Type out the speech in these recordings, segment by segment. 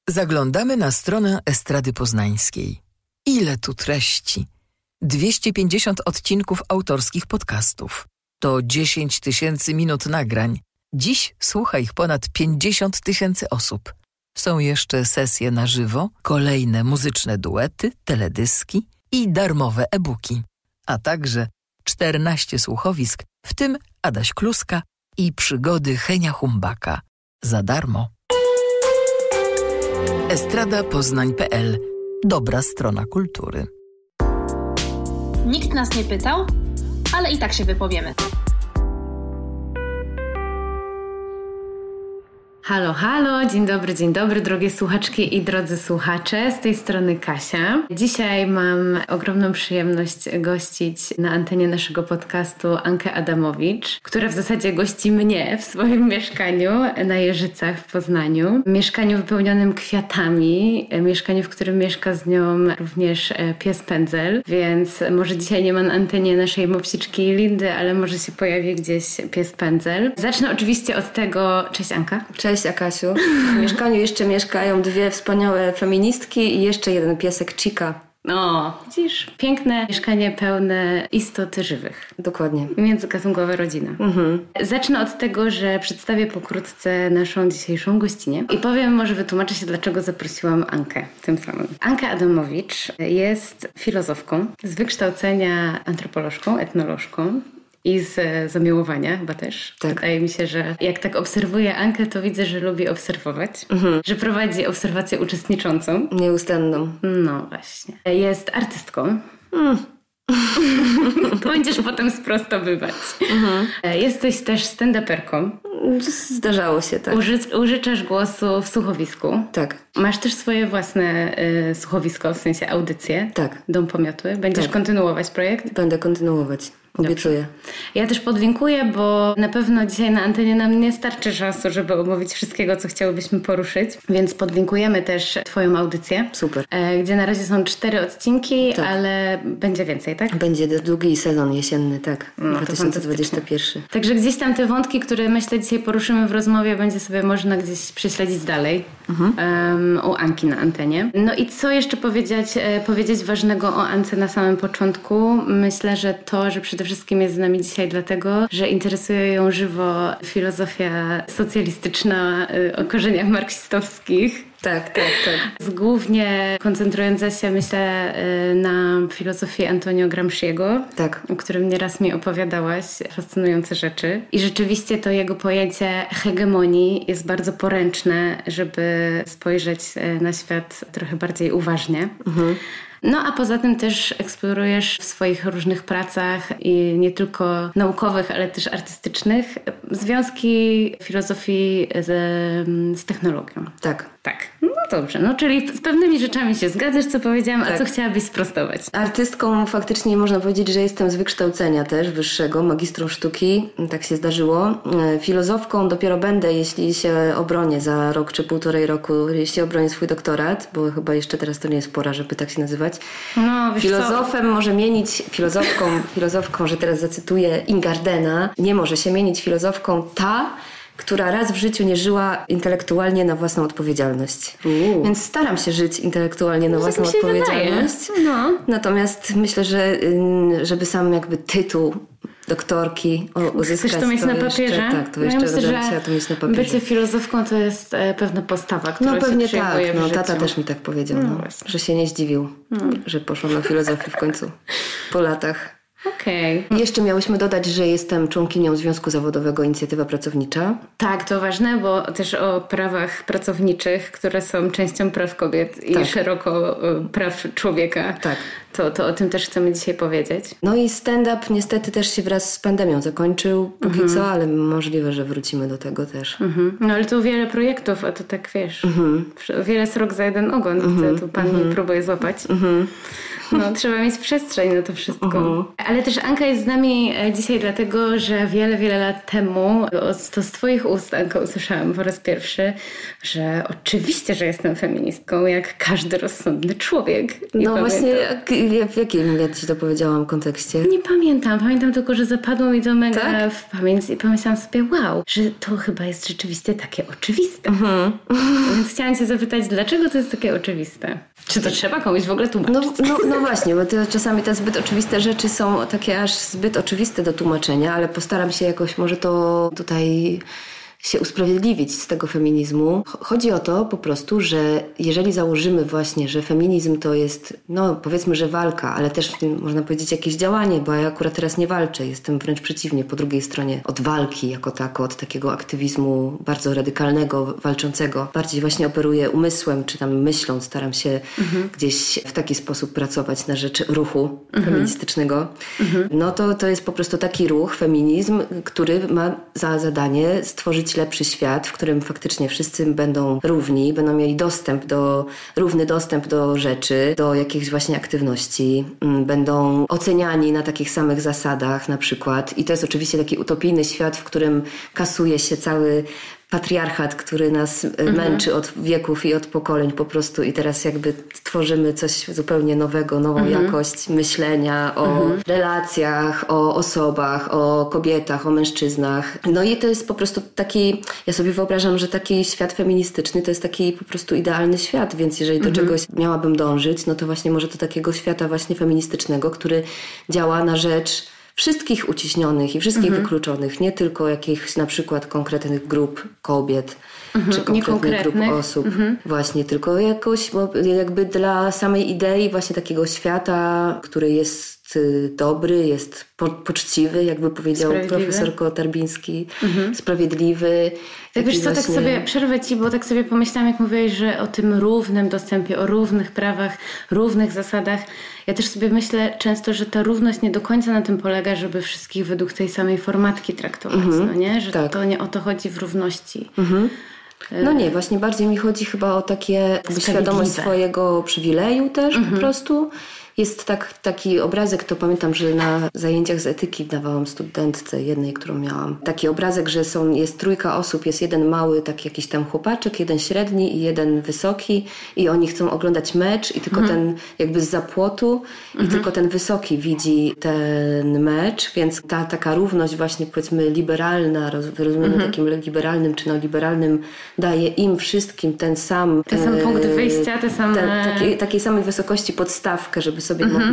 Zaglądamy na stronę Estrady Poznańskiej. Ile tu treści! 250 odcinków autorskich podcastów. To 10 000 minut nagrań. Dziś słucha ich ponad 50 000 osób. Są jeszcze sesje na żywo, kolejne muzyczne duety, teledyski i darmowe e-booki. A także 14 słuchowisk, w tym Adaś Kluska i przygody Henia Humbaka. Za darmo. estradapoznań.pl. Dobra strona kultury. Nikt nas nie pytał, ale i tak się wypowiemy. Halo, halo, dzień dobry, drogie słuchaczki i drodzy słuchacze, z tej strony Kasia. Dzisiaj mam ogromną przyjemność gościć na antenie naszego podcastu Ankę Adamowicz, która w zasadzie gości mnie w swoim mieszkaniu na Jeżycach w Poznaniu. Mieszkaniu wypełnionym kwiatami, mieszkaniu, w którym mieszka z nią również pies Pędzel, więc może dzisiaj nie ma na antenie naszej mopsiczki Lindy, ale może się pojawi gdzieś pies Pędzel. Zacznę oczywiście od tego... Cześć Anka. Cześć Akasiu. W mieszkaniu jeszcze mieszkają 2 wspaniałe feministki i jeszcze jeden piesek Chica. O, widzisz? Piękne mieszkanie pełne istot żywych. Dokładnie. Międzygatunkowa rodzina. Zacznę od tego, że przedstawię pokrótce naszą dzisiejszą gościnę i powiem, może wytłumaczę się, dlaczego zaprosiłam Ankę tym samym. Anka Adamowicz jest filozofką, z wykształcenia antropolożką, etnolożką. I z zamiłowania chyba też. Tak. Wydaje mi się, że jak tak obserwuję Ankę, to widzę, że lubi obserwować. Że prowadzi obserwację uczestniczącą. Nieustanną. No właśnie. Jest artystką. Będziesz potem sprostowywać. Jesteś też stand-uperką. Zdarzało się, tak. Użyczasz głosu w słuchowisku. Tak. Masz też swoje własne słuchowisko, w sensie audycję. Tak. Dom Pomiotu. Będziesz kontynuować projekt? Będę kontynuować. Obiecuję. Dobrze. Ja też podlinkuję, bo na pewno dzisiaj na antenie nam nie starczy czasu, żeby omówić wszystkiego, co chciałybyśmy poruszyć, więc podlinkujemy też Twoją audycję. Super. Gdzie na razie są 4 odcinki, tak. Ale będzie więcej, tak? Będzie długi sezon jesienny, tak. No, 2021. Także gdzieś tam te wątki, które myślę dzisiaj poruszymy w rozmowie, będzie sobie można gdzieś prześledzić dalej u Anki na antenie. No i co jeszcze powiedzieć ważnego o Ance na samym początku? Myślę, że to, że przede wszystkim jest z nami dzisiaj dlatego, że interesuje ją żywo filozofia socjalistyczna o korzeniach marksistowskich. Tak. Głównie koncentrująca się, myślę, na filozofii Antonio Gramsciego, tak. O którym nieraz mi opowiadałaś fascynujące rzeczy. I rzeczywiście to jego pojęcie hegemonii jest bardzo poręczne, żeby spojrzeć na świat trochę bardziej uważnie. No a poza tym też eksplorujesz w swoich różnych pracach i nie tylko naukowych, ale też artystycznych związki filozofii z technologią. Tak. No dobrze, no czyli z pewnymi rzeczami się zgadzasz, co powiedziałam, a co chciałabyś sprostować? Artystką faktycznie można powiedzieć, że jestem z wykształcenia też wyższego, magistrą sztuki, tak się zdarzyło. Filozofką dopiero będę, jeśli się obronię za rok czy 1,5 roku, jeśli obronię swój doktorat, bo chyba jeszcze teraz to nie jest pora, żeby tak się nazywać. No, wiesz Filozofem co? może mienić, filozofką, że teraz zacytuję Ingardena, nie może się mienić filozofką ta, która raz w życiu nie żyła intelektualnie na własną odpowiedzialność. Więc staram się żyć intelektualnie na własną odpowiedzialność. No. Natomiast myślę, że żeby sam jakby tytuł doktorki uzyskać. Chcesz to mieć na papierze? Tak, to jeszcze myślę, że to mieć na papierze. bycie filozofką to jest pewna postawa, którą no pewnie się przyjmuje tak, w życiu. Tata też mi tak powiedział, że się nie zdziwił, że poszłam na filozofię w końcu po latach. Okej. Jeszcze miałyśmy dodać, że jestem członkinią Związku Zawodowego Inicjatywa Pracownicza. Tak, to ważne, bo też o prawach pracowniczych, które są częścią praw kobiet i szeroko praw człowieka. Tak. To o tym też chcemy dzisiaj powiedzieć. No i stand-up niestety też się wraz z pandemią zakończył póki co, ale możliwe, że wrócimy do tego też. No ale tu wiele projektów, a to tak wiesz, wiele srok za jeden ogon, tu pan mi próbuje złapać. No, trzeba mieć przestrzeń na to wszystko. Ale też Anka jest z nami dzisiaj dlatego, że wiele, wiele lat temu to z twoich ust, Anka, usłyszałam po raz pierwszy, że oczywiście, że jestem feministką, jak każdy rozsądny człowiek. No właśnie, w jakim ja ci to powiedziałam kontekście? Nie pamiętam. Pamiętam tylko, że zapadło mi to mega w pamięć i pomyślałam sobie, wow, że to chyba jest rzeczywiście takie oczywiste. Więc chciałam cię zapytać, dlaczego to jest takie oczywiste? Czy to trzeba komuś w ogóle tłumaczyć? No właśnie, bo czasami te zbyt oczywiste rzeczy są takie aż zbyt oczywiste do tłumaczenia, ale postaram się jakoś może to tutaj się usprawiedliwić z tego feminizmu. Chodzi o to po prostu, że jeżeli założymy właśnie, że feminizm to jest, no powiedzmy, że walka, ale też można powiedzieć jakieś działanie, bo ja akurat teraz nie walczę, jestem wręcz przeciwnie, po drugiej stronie od walki jako tako, od takiego aktywizmu bardzo radykalnego, walczącego. Bardziej właśnie operuję umysłem, czy tam myślą, staram się gdzieś w taki sposób pracować na rzecz ruchu feministycznego. No to jest po prostu taki ruch, feminizm, który ma za zadanie stworzyć lepszy świat, w którym faktycznie wszyscy będą równi, będą mieli równy dostęp do rzeczy, do jakichś właśnie aktywności, będą oceniani na takich samych zasadach na przykład. I to jest oczywiście taki utopijny świat, w którym kasuje się cały patriarchat, który nas męczy od wieków i od pokoleń po prostu i teraz jakby tworzymy coś zupełnie nowego, nową jakość myślenia o relacjach, o osobach, o kobietach, o mężczyznach. No i to jest po prostu taki, ja sobie wyobrażam, że taki świat feministyczny to jest taki po prostu idealny świat, więc jeżeli do czegoś miałabym dążyć, no to właśnie może do takiego świata właśnie feministycznego, który działa na rzecz wszystkich uciśnionych i wszystkich wykluczonych, nie tylko jakichś na przykład konkretnych grup kobiet czy konkretnych grup osób. Właśnie, tylko jakoś jakby dla samej idei właśnie takiego świata, który jest dobry, jest poczciwy, jakby powiedział profesor Kotarbiński, sprawiedliwy. Tak wiesz co, właśnie... tak sobie przerwę ci, bo tak sobie pomyślałam, jak mówiłeś, że o tym równym dostępie, o równych prawach, równych zasadach. Ja też sobie myślę często, że ta równość nie do końca na tym polega, żeby wszystkich według tej samej formatki traktować, no nie? Że to nie o to chodzi w równości. No nie, właśnie bardziej mi chodzi chyba o takie świadomość swojego przywileju też po prostu. Jest taki obrazek, to pamiętam, że na zajęciach z etyki dawałam studentce jednej, którą miałam. Taki obrazek, że jest trójka osób, jest jeden mały, taki jakiś tam chłopaczek, jeden średni i jeden wysoki i oni chcą oglądać mecz i tylko ten jakby zza płotu i tylko ten wysoki widzi ten mecz, więc ta taka równość właśnie powiedzmy liberalna, w rozumieniu takim liberalnym czy neoliberalnym daje im wszystkim ten sam punkt wyjścia, takiej samej wysokości podstawkę, żeby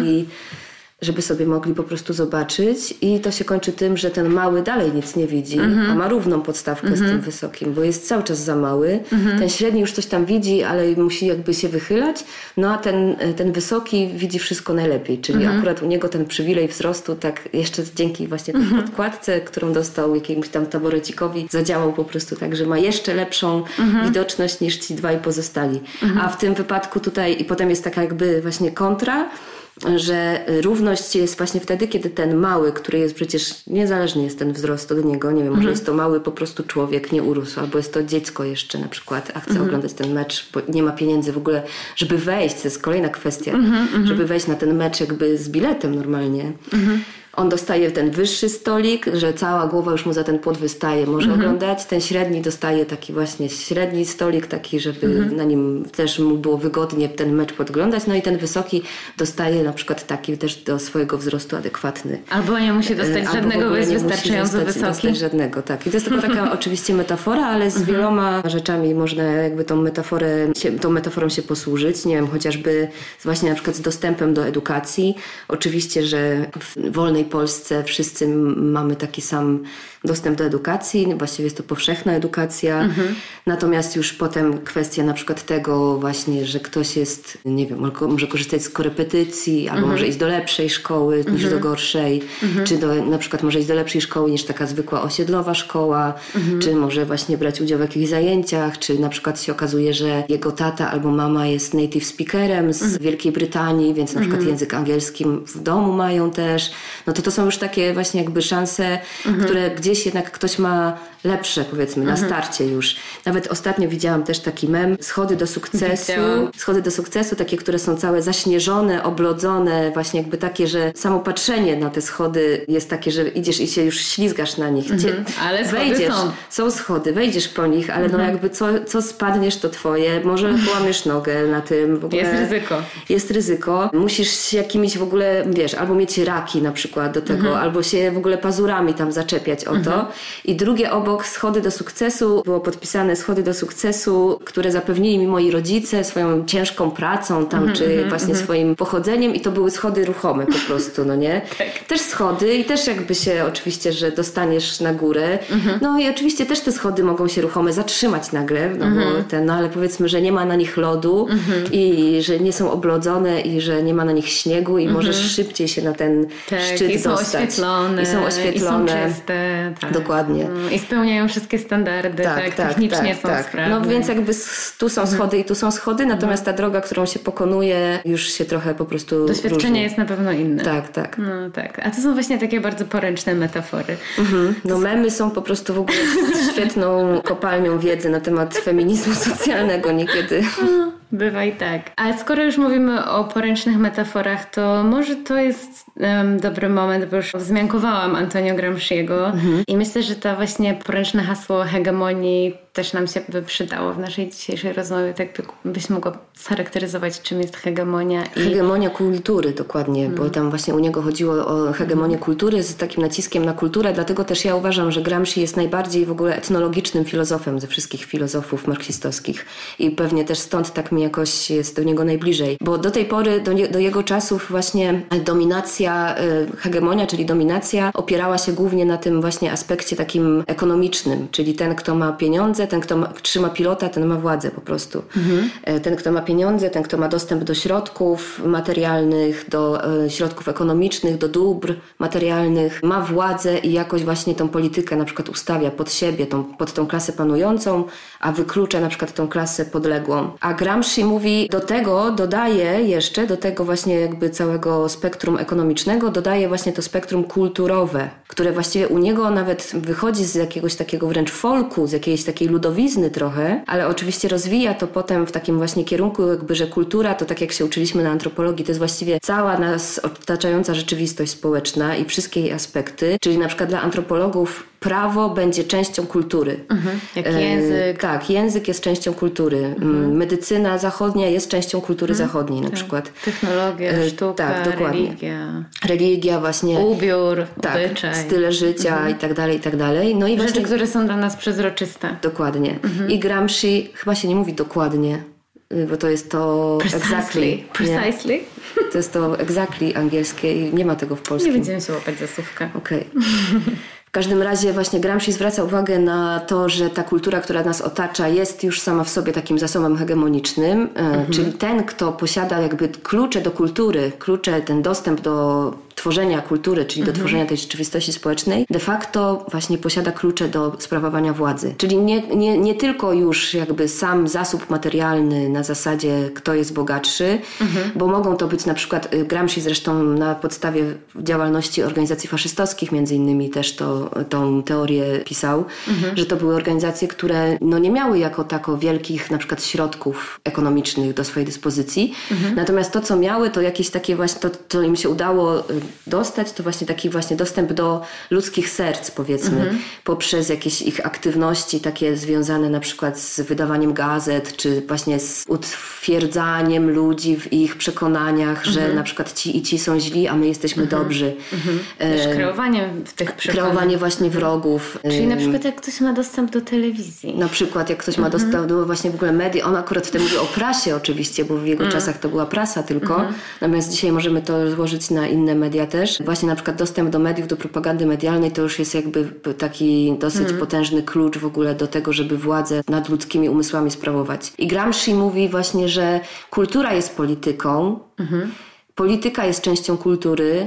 sobie mogli po prostu zobaczyć i to się kończy tym, że ten mały dalej nic nie widzi, a ma równą podstawkę z tym wysokim, bo jest cały czas za mały. Ten średni już coś tam widzi, ale musi jakby się wychylać, no a ten wysoki widzi wszystko najlepiej, czyli akurat u niego ten przywilej wzrostu tak jeszcze dzięki właśnie tej podkładce, którą dostał jakiemuś tam taborecikowi, zadziałał po prostu tak, że ma jeszcze lepszą widoczność niż ci dwaj pozostali. A w tym wypadku tutaj i potem jest taka jakby właśnie kontra, że równość jest właśnie wtedy, kiedy ten mały, który jest przecież niezależny jest ten wzrost od niego, nie wiem, może jest to mały po prostu człowiek, nie urósł, albo jest to dziecko jeszcze na przykład, a chce oglądać ten mecz, bo nie ma pieniędzy w ogóle, żeby wejść, to jest kolejna kwestia, żeby wejść na ten mecz jakby z biletem normalnie. On dostaje ten wyższy stolik, że cała głowa już mu za ten płot wystaje, może oglądać. Ten średni dostaje taki właśnie średni stolik, taki, żeby na nim też mu było wygodnie ten mecz podglądać. No i ten wysoki dostaje na przykład taki też do swojego wzrostu adekwatny. Albo nie musi dostać żadnego, bo jest wystarczająco wysoki. Dostać żadnego, tak. I to jest tylko taka oczywiście metafora, ale z wieloma rzeczami można jakby tą metaforą się posłużyć. Nie wiem, chociażby właśnie na przykład z dostępem do edukacji. Oczywiście, że w wolnej Polsce wszyscy mamy taki sam dostęp do edukacji, właściwie jest to powszechna edukacja, natomiast już potem kwestia na przykład tego właśnie, że ktoś jest, nie wiem, może korzystać z korepetycji, albo może iść do lepszej szkoły niż do gorszej, czy na przykład może iść do lepszej szkoły niż taka zwykła osiedlowa szkoła, czy może właśnie brać udział w jakichś zajęciach, czy na przykład się okazuje, że jego tata albo mama jest native speakerem z Wielkiej Brytanii, więc na przykład język angielski w domu mają też, no no to są już takie właśnie jakby szanse, które gdzieś jednak ktoś ma lepsze, powiedzmy, na starcie już. Nawet ostatnio widziałam też taki mem, schody do sukcesu, takie, które są całe zaśnieżone, oblodzone, właśnie jakby takie, że samo patrzenie na te schody jest takie, że idziesz i się już ślizgasz na nich. Ale wejdziesz, są schody, wejdziesz po nich, ale no jakby co spadniesz, to twoje, może połamiesz nogę na tym. W ogóle jest ryzyko. Musisz się jakimiś w ogóle, wiesz, albo mieć raki na przykład do tego, albo się w ogóle pazurami tam zaczepiać o to. I drugie obok schody do sukcesu, było podpisane schody do sukcesu, które zapewnili mi moi rodzice swoją ciężką pracą tam, czy właśnie swoim pochodzeniem i to były schody ruchome po prostu, no nie? Tak. Też schody i też jakby się oczywiście, że dostaniesz na górę. No i oczywiście też te schody mogą się ruchome zatrzymać nagle, no bo ale powiedzmy, że nie ma na nich lodu i że nie są oblodzone i że nie ma na nich śniegu i możesz szybciej się na ten szczyt dostać. I są oświetlone. I są czyste. Tak. Dokładnie. I spełniają wszystkie standardy, technicznie są sprawne. No więc jakby tu są schody i tu są schody, natomiast ta droga, którą się pokonuje, już się trochę po prostu doświadczenie różni. jest na pewno inne. Tak. No tak. A to są właśnie takie bardzo poręczne metafory. No memy są po prostu w ogóle świetną kopalnią wiedzy na temat feminizmu socjalnego niekiedy. Bywa i tak. Ale skoro już mówimy o poręcznych metaforach, to może to jest dobry moment, bo już wzmiankowałam Antonio Gramsciego i myślę, że to właśnie poręczne hasło hegemonii też nam się by przydało w naszej dzisiejszej rozmowie. Tak byś mogła scharakteryzować, czym jest hegemonia. Hegemonia kultury, dokładnie, bo tam właśnie u niego chodziło o hegemonię kultury z takim naciskiem na kulturę, dlatego też ja uważam, że Gramsci jest najbardziej w ogóle etnologicznym filozofem ze wszystkich filozofów marksistowskich i pewnie też stąd tak mi jakoś jest do niego najbliżej, bo do tej pory, do jego czasów właśnie dominacja, hegemonia, czyli dominacja opierała się głównie na tym właśnie aspekcie takim ekonomicznym, czyli ten, kto ma pieniądze, ten, kto trzyma pilota, ten ma władzę po prostu. Ten, kto ma pieniądze, ten, kto ma dostęp do środków materialnych, do środków ekonomicznych, do dóbr materialnych, ma władzę i jakoś właśnie tą politykę na przykład ustawia pod siebie, pod tą klasę panującą, a wyklucza na przykład tą klasę podległą. A Gramsci mówi, do tego właśnie jakby całego spektrum ekonomicznego, dodaje właśnie to spektrum kulturowe, które właściwie u niego nawet wychodzi z jakiegoś takiego wręcz folku, z jakiejś takiej ludowizny trochę, ale oczywiście rozwija to potem w takim właśnie kierunku jakby, że kultura to tak jak się uczyliśmy na antropologii, to jest właściwie cała nas otaczająca rzeczywistość społeczna i wszystkie jej aspekty, czyli na przykład dla antropologów prawo będzie częścią kultury. Jak język. Tak, język jest częścią kultury. Medycyna zachodnia jest częścią kultury zachodniej na przykład. Technologia, sztuka, tak, dokładnie. Religia właśnie. Ubiór, obyczaj. Style życia i tak dalej, i tak dalej. No i rzeczy, właśnie, które są dla nas przezroczyste. Dokładnie. I Gramsci, chyba się nie mówi dokładnie, bo to jest to Precisely. To jest to exactly angielskie i nie ma tego w polskim. Nie będziemy się łapać za słówka. Okej. W każdym razie właśnie Gramsci zwraca uwagę na to, że ta kultura, która nas otacza, jest już sama w sobie takim zasobem hegemonicznym, czyli ten, kto posiada jakby klucze do kultury, ten dostęp do tworzenia kultury, czyli do tworzenia tej rzeczywistości społecznej, de facto właśnie posiada klucze do sprawowania władzy. Czyli nie tylko już jakby sam zasób materialny na zasadzie kto jest bogatszy, bo mogą to być na przykład, Gramsci zresztą na podstawie działalności organizacji faszystowskich między innymi też tą teorię pisał, że to były organizacje, które nie miały jako tako wielkich na przykład środków ekonomicznych do swojej dyspozycji, natomiast to co miały to jakieś takie właśnie, to co im się udało dostać, to właśnie taki właśnie dostęp do ludzkich serc powiedzmy, poprzez jakieś ich aktywności takie związane na przykład z wydawaniem gazet, czy właśnie z utwierdzaniem ludzi w ich przekonaniach, że na przykład ci i ci są źli, a my jesteśmy dobrzy. Też kreowanie w tych przekonań. Kreowanie właśnie wrogów. Czyli na przykład jak ktoś ma dostęp do telewizji. Na przykład jak ktoś ma dostęp do właśnie w ogóle mediów. On akurat wtedy mówi o prasie oczywiście, bo w jego czasach to była prasa tylko. Natomiast dzisiaj możemy to złożyć na inne media też. Właśnie na przykład dostęp do mediów, do propagandy medialnej to już jest jakby taki dosyć potężny klucz w ogóle do tego, żeby władzę nad ludzkimi umysłami sprawować. I Gramsci mówi właśnie, że kultura jest polityką, polityka jest częścią kultury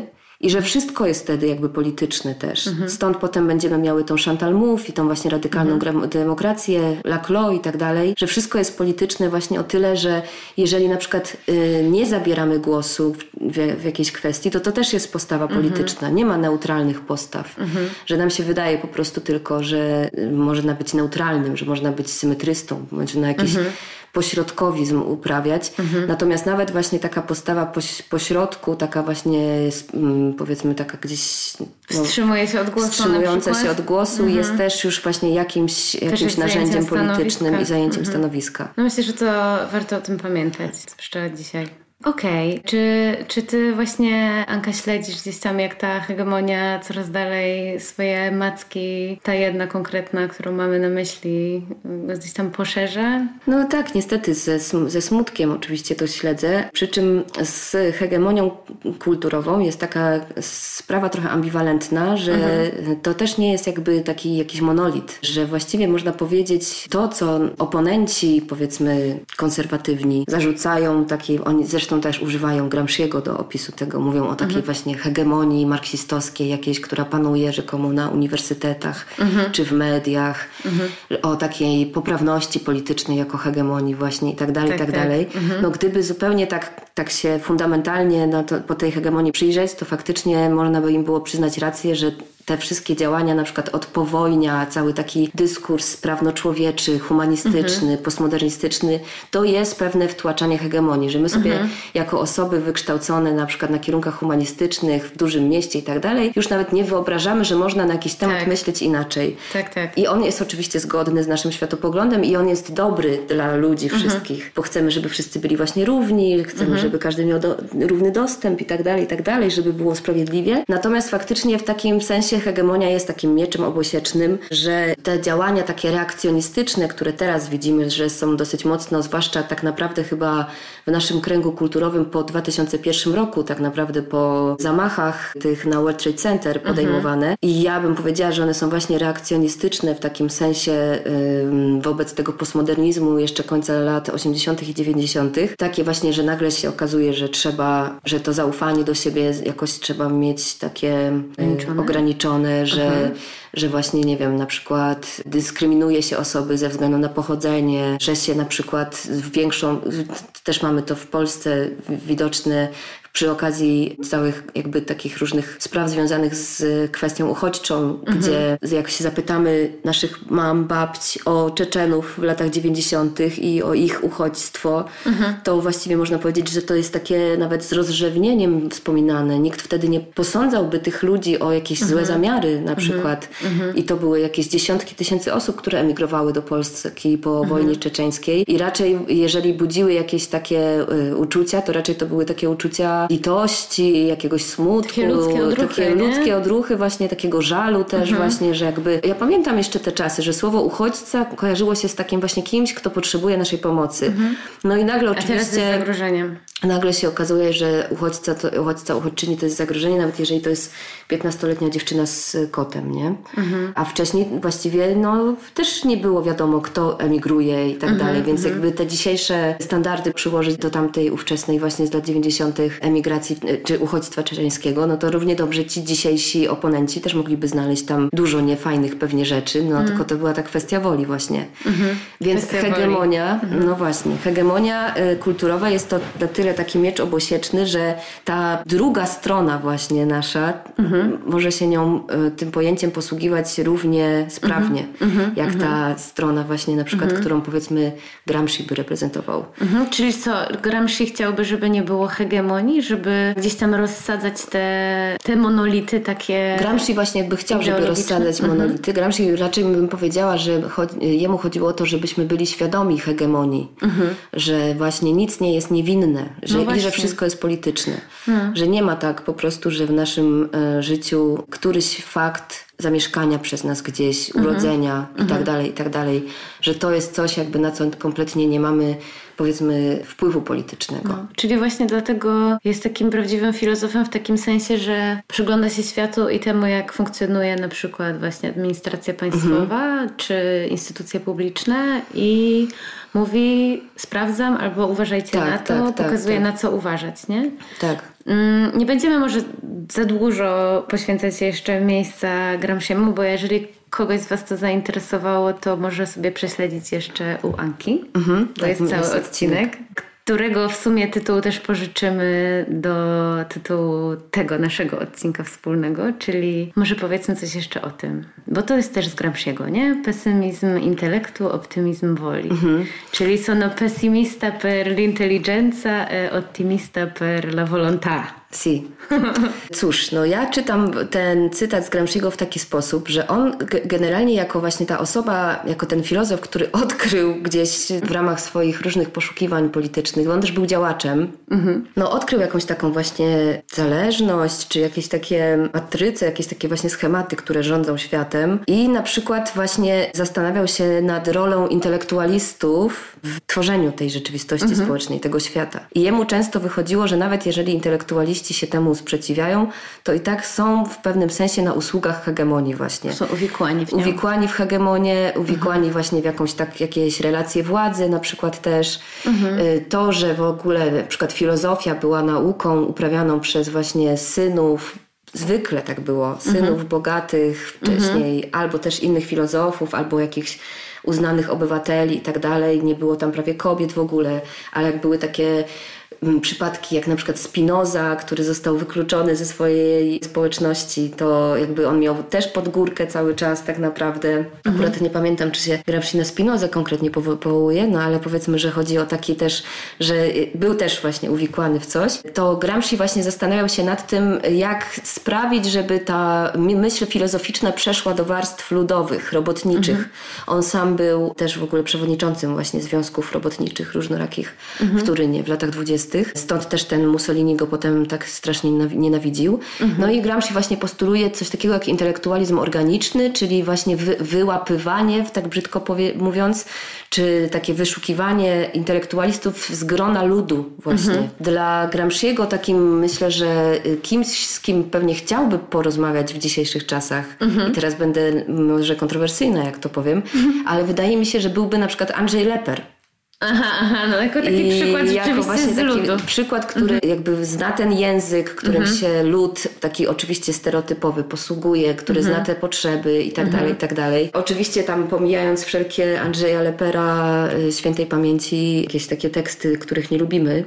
I że wszystko jest wtedy jakby polityczne też. Stąd potem będziemy miały tą Chantal Mouffe i tą właśnie radykalną demokrację, Laclos i tak dalej, że wszystko jest polityczne właśnie o tyle, że jeżeli na przykład nie zabieramy głosu w jakiejś kwestii, to też jest postawa polityczna. Nie ma neutralnych postaw. Że nam się wydaje po prostu tylko, że można być neutralnym, że można być symetrystą, można jakiś pośrodkowizm uprawiać. Natomiast nawet właśnie taka postawa pośrodku, taka właśnie powiedzmy taka gdzieś wstrzymuje się od głosu, wstrzymująca się od głosu jest też już właśnie jakimś narzędziem politycznym i zajęciem stanowiska. No myślę, że to warto o tym pamiętać, zwłaszcza dzisiaj. Okej. Czy ty właśnie, Anka, śledzisz gdzieś tam, jak ta hegemonia coraz dalej swoje macki, ta jedna konkretna, którą mamy na myśli, gdzieś tam poszerza? No tak, niestety ze smutkiem oczywiście to śledzę. Przy czym z hegemonią kulturową jest taka sprawa trochę ambiwalentna, że to też nie jest jakby taki jakiś monolit, że właściwie można powiedzieć to, co oponenci, powiedzmy konserwatywni, zarzucają takiej, oni zresztą też używają Gramsciego do opisu tego, mówią o takiej właśnie hegemonii marksistowskiej jakiejś, która panuje rzekomo na uniwersytetach czy w mediach, o takiej poprawności politycznej jako hegemonii właśnie i tak dalej, i tak dalej. No gdyby zupełnie tak się fundamentalnie po tej hegemonii przyjrzeć, to faktycznie można by im było przyznać rację, że te wszystkie działania, na przykład od powojnia, cały taki dyskurs prawno-człowieczy, humanistyczny, postmodernistyczny, to jest pewne wtłaczanie hegemonii, że my sobie jako osoby wykształcone na przykład na kierunkach humanistycznych w dużym mieście i tak dalej, już nawet nie wyobrażamy, że można na jakiś temat myśleć inaczej. Tak. I on jest oczywiście zgodny z naszym światopoglądem i on jest dobry dla ludzi wszystkich, bo chcemy, żeby wszyscy byli właśnie równi, chcemy, żeby każdy miał równy dostęp i tak dalej, żeby było sprawiedliwie. Natomiast faktycznie w takim sensie hegemonia jest takim mieczem obosiecznym, że te działania takie reakcjonistyczne, które teraz widzimy, że są dosyć mocno, zwłaszcza tak naprawdę chyba w naszym kręgu kulturowym po 2001 roku, tak naprawdę po zamachach tych na World Trade Center podejmowane. I ja bym powiedziała, że one są właśnie reakcjonistyczne w takim sensie wobec tego postmodernizmu jeszcze końca lat 80. i 90. Takie właśnie, że nagle się okazuje, że to zaufanie do siebie jakoś trzeba mieć takie ograniczone, że właśnie, nie wiem, na przykład dyskryminuje się osoby ze względu na pochodzenie, że się na przykład też mamy to w Polsce widoczne przy okazji całych jakby takich różnych spraw związanych z kwestią uchodźczą, gdzie jak się zapytamy naszych mam, babć o Czeczenów w latach 90. i o ich uchodźstwo, to właściwie można powiedzieć, że to jest takie nawet z rozrzewnieniem wspominane. Nikt wtedy nie posądzałby tych ludzi o jakieś złe zamiary na przykład. I to były jakieś dziesiątki tysięcy osób, które emigrowały do Polski po wojnie czeczeńskiej. I raczej, jeżeli budziły jakieś takie uczucia, to raczej to były takie uczucia litości, jakiegoś smutku, takie ludzkie odruchy właśnie, takiego żalu też właśnie, że jakby... Ja pamiętam jeszcze te czasy, że słowo uchodźca kojarzyło się z takim właśnie kimś, kto potrzebuje naszej pomocy. No i nagle oczywiście... A teraz jest zagrożeniem. Nagle się okazuje, że uchodźczyni to jest zagrożenie, nawet jeżeli to jest 15-letnia dziewczyna z kotem, nie? A wcześniej właściwie też nie było wiadomo, kto emigruje i tak dalej, więc jakby te dzisiejsze standardy przyłożyć do tamtej ówczesnej właśnie z lat 90. emigracji czy uchodźstwa czeczeńskiego, no to równie dobrze ci dzisiejsi oponenci też mogliby znaleźć tam dużo niefajnych pewnie rzeczy, tylko to była ta kwestia woli właśnie. Więc hegemonia, no właśnie, hegemonia kulturowa jest to na tyle taki miecz obosieczny, że ta druga strona właśnie nasza może się tym pojęciem posługiwać równie sprawnie, jak ta strona właśnie na przykład, którą powiedzmy Gramsci by reprezentował. Czyli co, Gramsci chciałby, żeby nie było hegemonii, żeby gdzieś tam rozsadzać te monolity takie... Gramsci właśnie by chciał, żeby rozsadzać monolity. Gramsci raczej bym powiedziała, że jemu chodziło o to, żebyśmy byli świadomi hegemonii, że właśnie nic nie jest niewinne, że wszystko jest polityczne. Że nie ma tak po prostu, że w naszym życiu któryś fakt zamieszkania przez nas gdzieś, urodzenia i tak dalej, że to jest coś jakby na co kompletnie nie mamy powiedzmy wpływu politycznego. No, czyli właśnie dlatego jest takim prawdziwym filozofem w takim sensie, że przygląda się światu i temu, jak funkcjonuje na przykład właśnie administracja państwowa czy instytucje publiczne i mówi sprawdzam albo uważajcie na to, pokazuje na co uważać, nie? Tak. Nie będziemy może za dużo poświęcać jeszcze miejsca Gramsciemu, bo jeżeli kogoś z Was to zainteresowało, to może sobie prześledzić jeszcze u Anki, bo jest cały odcinek, którego w sumie tytuł też pożyczymy do tytułu tego naszego odcinka wspólnego, czyli może powiedzmy coś jeszcze o tym, bo to jest też z Gramsciego, nie? Pesymizm intelektu, optymizm woli. Czyli sono pessimista per l'intelligenza e ottimista per la volontà. Si. Cóż, no ja czytam ten cytat z Gramsciego w taki sposób, że on generalnie jako właśnie ta osoba, jako ten filozof, który odkrył gdzieś w ramach swoich różnych poszukiwań politycznych, on też był działaczem, no odkrył jakąś taką właśnie zależność, czy jakieś takie matryce, jakieś takie właśnie schematy, które rządzą światem i na przykład właśnie zastanawiał się nad rolą intelektualistów w tworzeniu tej rzeczywistości społecznej, tego świata. I jemu często wychodziło, że nawet jeżeli intelektualiści się temu sprzeciwiają, to i tak są w pewnym sensie na usługach hegemonii właśnie. Są uwikłani w nią. Uwikłani w hegemonię, uwikłani właśnie w jakieś relacje władzy na przykład też. To, że w ogóle na przykład filozofia była nauką uprawianą przez właśnie synów, zwykle tak było, synów bogatych wcześniej, albo też innych filozofów, albo jakichś uznanych obywateli i tak dalej. Nie było tam prawie kobiet w ogóle, ale jak były takie przypadki jak na przykład Spinoza, który został wykluczony ze swojej społeczności, to jakby on miał też pod górkę cały czas tak naprawdę. Akurat nie pamiętam, czy się Gramsci na Spinozę konkretnie powołuje, no ale powiedzmy, że chodzi o taki też, że był też właśnie uwikłany w coś. To Gramsci właśnie zastanawiał się nad tym, jak sprawić, żeby ta myśl filozoficzna przeszła do warstw ludowych, robotniczych. On sam był też w ogóle przewodniczącym właśnie związków robotniczych różnorakich w Turynie w latach 20. Stąd też ten Mussolini go potem tak strasznie nienawidził. No i Gramsci właśnie postuluje coś takiego jak intelektualizm organiczny, czyli właśnie wyłapywanie, tak brzydko mówiąc, czy takie wyszukiwanie intelektualistów z grona ludu właśnie. Dla Gramsciego takim myślę, że kimś, z kim pewnie chciałby porozmawiać w dzisiejszych czasach i teraz będę może kontrowersyjna, jak to powiem, ale wydaje mi się, że byłby na przykład Andrzej Leper. No jako taki przykład rzeczywiście z ludu. Taki przykład, który jakby zna ten język, którym się lud, taki oczywiście stereotypowy, posługuje, który zna te potrzeby i tak dalej, i tak dalej. Oczywiście tam pomijając wszelkie Andrzeja Lepera, świętej pamięci, jakieś takie teksty, których nie lubimy,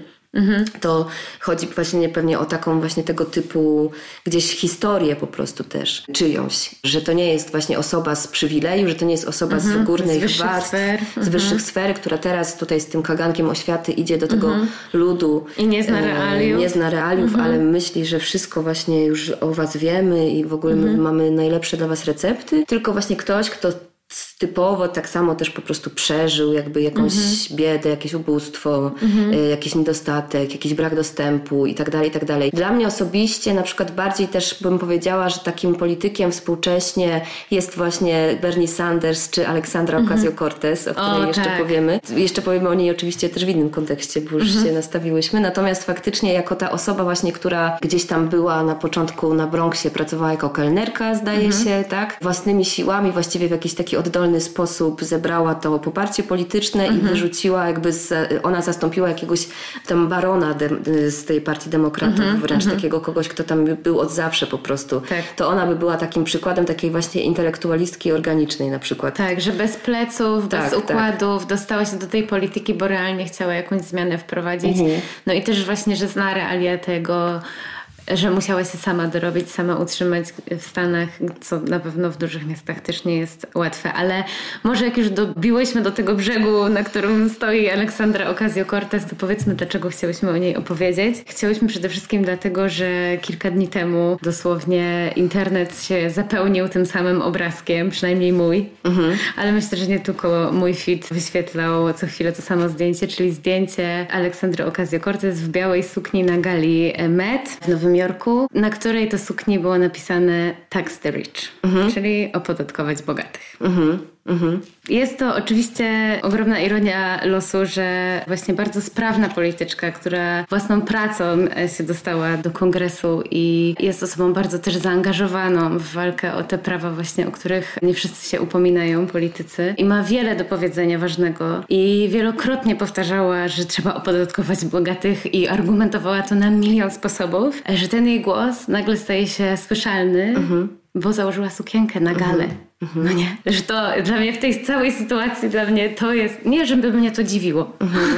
to chodzi właśnie pewnie o taką właśnie tego typu gdzieś historię po prostu też czyjąś, że to nie jest właśnie osoba z przywileju, że to nie jest osoba z górnych warstw, z wyższych sfer, która teraz tutaj z tym kagankiem oświaty idzie do tego ludu i nie zna realiów, nie zna realiów, ale myśli, że wszystko właśnie już o was wiemy i w ogóle my mamy najlepsze dla was recepty, tylko właśnie ktoś, kto typowo tak samo też po prostu przeżył jakby jakąś biedę, jakieś ubóstwo, jakiś niedostatek, jakiś brak dostępu i tak dalej, i tak dalej. Dla mnie osobiście na przykład bardziej też bym powiedziała, że takim politykiem współcześnie jest właśnie Bernie Sanders czy Aleksandra Ocasio-Cortez, o której jeszcze powiemy. Jeszcze powiemy o niej oczywiście też w innym kontekście, bo już się nastawiłyśmy. Natomiast faktycznie jako ta osoba właśnie, która gdzieś tam była na początku na Bronxie, pracowała jako kelnerka, zdaje się, tak? Własnymi siłami, właściwie w jakiś taki oddolny sposób zebrała to poparcie polityczne i wyrzuciła jakby, ona zastąpiła jakiegoś tam barona z tej partii demokratów, wręcz takiego kogoś, kto tam był od zawsze po prostu. Tak. To ona by była takim przykładem takiej właśnie intelektualistki organicznej na przykład. Tak, że bez pleców, bez układów dostała się do tej polityki, bo realnie chciała jakąś zmianę wprowadzić. No i też właśnie, że zna realia tego, że musiała się sama dorobić, sama utrzymać w Stanach, co na pewno w dużych miastach też nie jest łatwe. Ale może jak już dobiłyśmy do tego brzegu, na którym stoi Aleksandra Ocasio-Cortez, to powiedzmy, dlaczego chciałyśmy o niej opowiedzieć. Chciałyśmy przede wszystkim dlatego, że kilka dni temu dosłownie internet się zapełnił tym samym obrazkiem, przynajmniej mój. Ale myślę, że nie tylko mój feed wyświetlał co chwilę to samo zdjęcie, czyli zdjęcie Aleksandry Ocasio-Cortez w białej sukni na gali Met w Nowym Jorku, na której to sukni było napisane Tax the Rich, czyli opodatkować bogatych. Jest to oczywiście ogromna ironia losu, że właśnie bardzo sprawna polityczka, która własną pracą się dostała do kongresu i jest osobą bardzo też zaangażowaną w walkę o te prawa właśnie, o których nie wszyscy się upominają, politycy. I ma wiele do powiedzenia ważnego. I wielokrotnie powtarzała, że trzeba opodatkować bogatych i argumentowała to na milion sposobów, że ten jej głos nagle staje się słyszalny, bo założyła sukienkę na galę. No nie, że to dla mnie w tej całej sytuacji, dla mnie to jest, nie żeby mnie to dziwiło,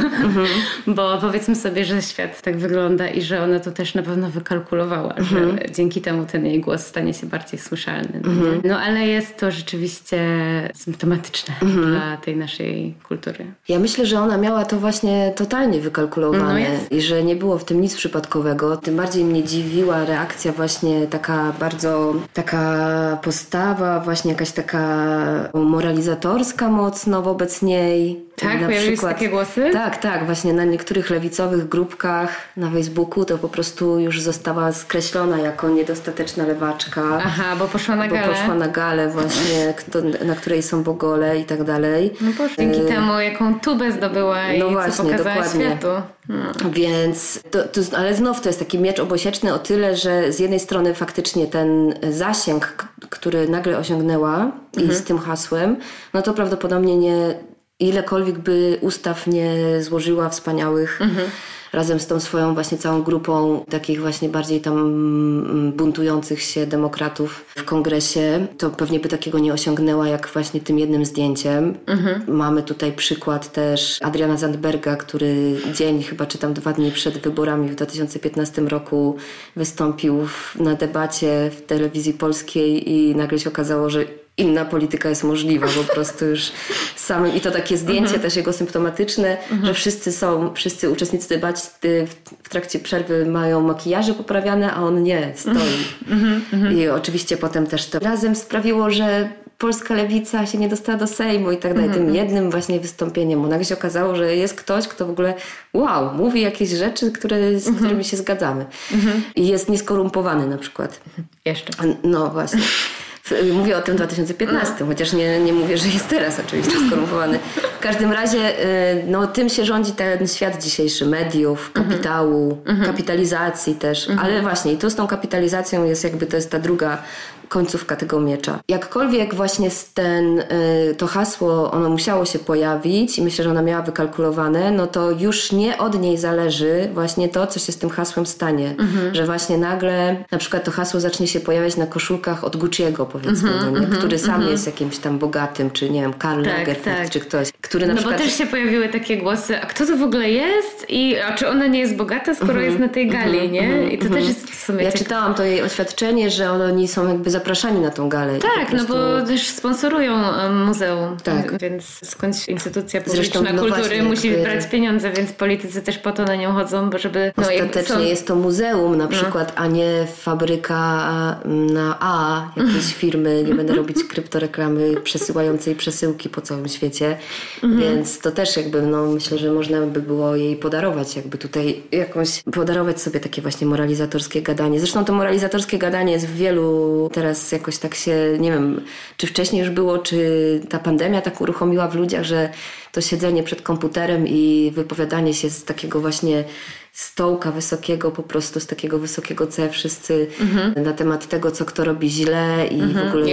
bo powiedzmy sobie, że świat tak wygląda i że ona to też na pewno wykalkulowała, że dzięki temu ten jej głos stanie się bardziej słyszalny. No ale jest to rzeczywiście symptomatyczne dla tej naszej kultury. Ja myślę, że ona miała to właśnie totalnie wykalkulowane i że nie było w tym nic przypadkowego. Tym bardziej mnie dziwiła reakcja właśnie taka bardzo, taka postawa właśnie jakaś taka moralizatorska mocno wobec niej. Tak, pojawiły się takie głosy? Tak, właśnie na niektórych lewicowych grupkach na Facebooku to po prostu już została skreślona jako niedostateczna lewaczka. Aha, bo poszła na galę. Bo poszła na galę właśnie, na której są bogole i tak dalej. No poszła. Dzięki temu, jaką tubę zdobyła i właśnie, co pokazała dokładnie światu. Więc, ale znów to jest taki miecz obosieczny o tyle, że z jednej strony faktycznie ten zasięg, który nagle osiągnęła i z tym hasłem, no to prawdopodobnie nie ilekolwiek by ustaw nie złożyła wspaniałych razem z tą swoją właśnie całą grupą takich właśnie bardziej tam buntujących się demokratów w kongresie, to pewnie by takiego nie osiągnęła jak właśnie tym jednym zdjęciem. Mamy tutaj przykład też Adriana Zandberga, który dzień, chyba czy tam 2 dni przed wyborami w 2015 roku wystąpił na debacie w telewizji polskiej i nagle się okazało, że inna polityka jest możliwa po prostu już samym. I to takie zdjęcie też jego symptomatyczne, że wszyscy uczestnicy debaty w trakcie przerwy mają makijaże poprawiane, a on nie, stoi. I oczywiście potem też to razem sprawiło, że polska lewica się nie dostała do Sejmu i tak dalej. Tym jednym właśnie wystąpieniem. Bo nagle się okazało, że jest ktoś, kto w ogóle mówi jakieś rzeczy, z którymi się zgadzamy. I jest nieskorumpowany na przykład. Jeszcze. No właśnie. Mówię o tym 2015, chociaż nie mówię, że jest teraz oczywiście skorumpowany. W każdym razie tym się rządzi ten świat dzisiejszy, mediów, kapitału, kapitalizacji też. Ale właśnie i tu z tą kapitalizacją jest to jest ta druga końcówka tego miecza. Jakkolwiek właśnie to hasło, ono musiało się pojawić i myślę, że ona miała wykalkulowane, no to już nie od niej zależy właśnie to, co się z tym hasłem stanie. Że właśnie nagle na przykład to hasło zacznie się pojawiać na koszulkach od Gucci'ego, powiedzmy, który sam jest jakimś tam bogatym, czy nie wiem, Karl Lagerfeld, czy ktoś, który na przykład... bo też się pojawiły takie głosy, a kto to w ogóle jest? A czy ona nie jest bogata, skoro jest na tej gali, nie? I to też jest w sumie... Ja czytałam to jej oświadczenie, że oni są jakby zapraszani na tą galę. Tak, prostu... bo też sponsorują muzeum, więc skądś instytucja publiczna kultury musi brać pieniądze, więc politycy też po to na nią chodzą, bo żeby... Ostatecznie jest to muzeum na przykład, a nie fabryka na A jakiejś firmy, nie będę robić kryptoreklamy przesyłającej przesyłki po całym świecie, więc to też myślę, że można by było jej podarować, tutaj podarować sobie takie właśnie moralizatorskie gadanie. Zresztą to moralizatorskie gadanie jest w wielu teraz jakoś tak się, nie wiem, czy wcześniej już było, czy ta pandemia tak uruchomiła w ludziach, że to siedzenie przed komputerem i wypowiadanie się z takiego właśnie stołka wysokiego, po prostu z takiego wysokiego C wszyscy na temat tego, co kto robi źle i w ogóle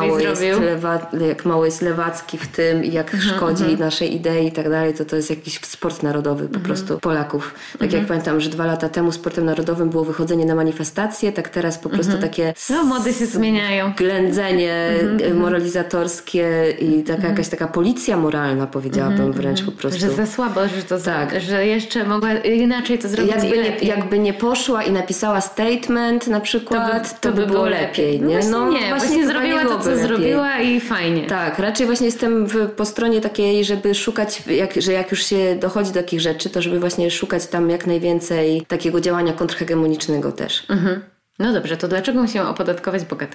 jak mało jest lewacki w tym i jak szkodzi naszej idei i tak dalej, to jest jakiś sport narodowy po prostu Polaków. Tak jak pamiętam, że 2 lata temu sportem narodowym było wychodzenie na manifestacje, tak teraz po prostu takie mody się zmieniają. Ględzenie moralizatorskie i jakaś taka policja moralna, powiedziałabym wręcz po prostu. Że za słabo, że to że jeszcze mogła inaczej to zrobić. Jakby nie poszła i napisała statement na przykład, to by było lepiej. Nie? Właśnie zrobiła to, co zrobiła i fajnie. Tak, raczej właśnie jestem po stronie takiej, żeby szukać, że jak już się dochodzi do takich rzeczy, to żeby właśnie szukać tam jak najwięcej takiego działania kontrhegemonicznego też. No dobrze, to dlaczego musimy opodatkować bogatych?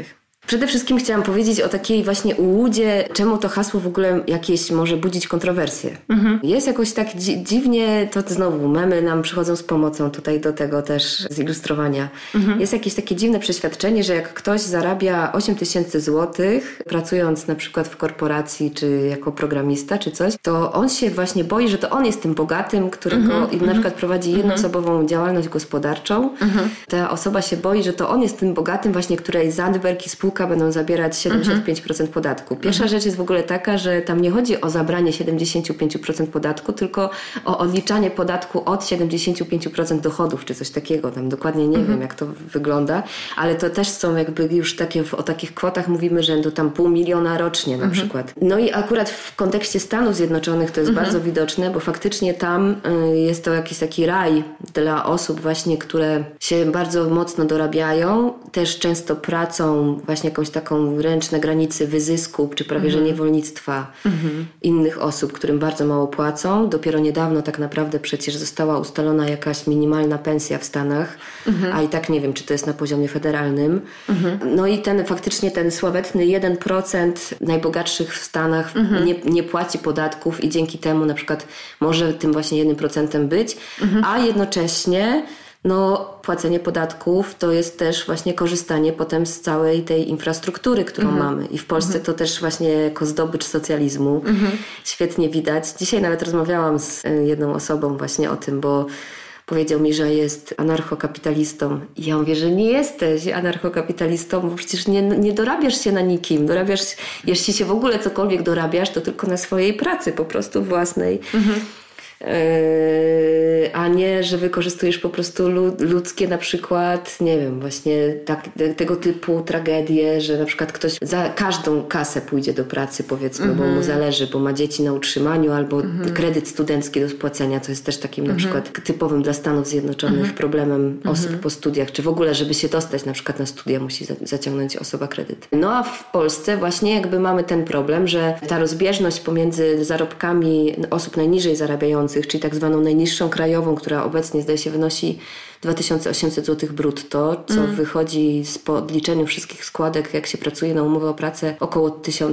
Przede wszystkim chciałam powiedzieć o takiej właśnie ułudzie, czemu to hasło w ogóle jakieś może budzić kontrowersje. Jest jakoś tak dziwnie, to znowu memy nam przychodzą z pomocą tutaj do tego też zilustrowania. Jest jakieś takie dziwne przeświadczenie, że jak ktoś zarabia 8 000 złotych, pracując na przykład w korporacji, czy jako programista, czy coś, to on się właśnie boi, że to on jest tym bogatym, którego na przykład prowadzi jednoosobową działalność gospodarczą. Ta osoba się boi, że to on jest tym bogatym właśnie, której Zandberg i spółka będą zabierać 75% podatku. Pierwsza rzecz jest w ogóle taka, że tam nie chodzi o zabranie 75% podatku, tylko o odliczanie podatku od 75% dochodów, czy coś takiego. Tam dokładnie nie wiem, jak to wygląda, ale to też są jakby już takie, o takich kwotach mówimy, że to tam 500 000 rocznie na przykład. No i akurat w kontekście Stanów Zjednoczonych to jest bardzo widoczne, bo faktycznie tam jest to jakiś taki raj dla osób właśnie, które się bardzo mocno dorabiają, też często pracą właśnie jakąś taką wręcz na granicy wyzysku, czy prawie że niewolnictwa innych osób, którym bardzo mało płacą. Dopiero niedawno tak naprawdę przecież została ustalona jakaś minimalna pensja w Stanach, a i tak nie wiem, czy to jest na poziomie federalnym. No i faktycznie ten sławetny 1% najbogatszych w Stanach nie płaci podatków i dzięki temu na przykład może tym właśnie 1% być, a jednocześnie płacenie podatków to jest też właśnie korzystanie potem z całej tej infrastruktury, którą mamy. I w Polsce to też właśnie jako zdobycz socjalizmu świetnie widać. Dzisiaj nawet rozmawiałam z jedną osobą właśnie o tym, bo powiedział mi, że jest anarchokapitalistą. I ja mówię, że nie jesteś anarchokapitalistą, bo przecież nie dorabiasz się na nikim. Jeśli się w ogóle cokolwiek dorabiasz, to tylko na swojej pracy, po prostu własnej. A nie, że wykorzystujesz po prostu ludzkie na przykład, nie wiem, właśnie tego typu tragedie, że na przykład ktoś za każdą kasę pójdzie do pracy, powiedzmy, bo mu zależy, bo ma dzieci na utrzymaniu albo kredyt studencki do spłacenia, co jest też takim na przykład typowym dla Stanów Zjednoczonych problemem osób po studiach, czy w ogóle, żeby się dostać na przykład na studia, musi zaciągnąć osoba kredyt. No a w Polsce właśnie jakby mamy ten problem, że ta rozbieżność pomiędzy zarobkami osób najniżej zarabiających, czyli tak zwaną najniższą krajową, która obecnie zdaje się wynosi 2800 zł brutto, co wychodzi po odliczeniu wszystkich składek, jak się pracuje na umowę o pracę, około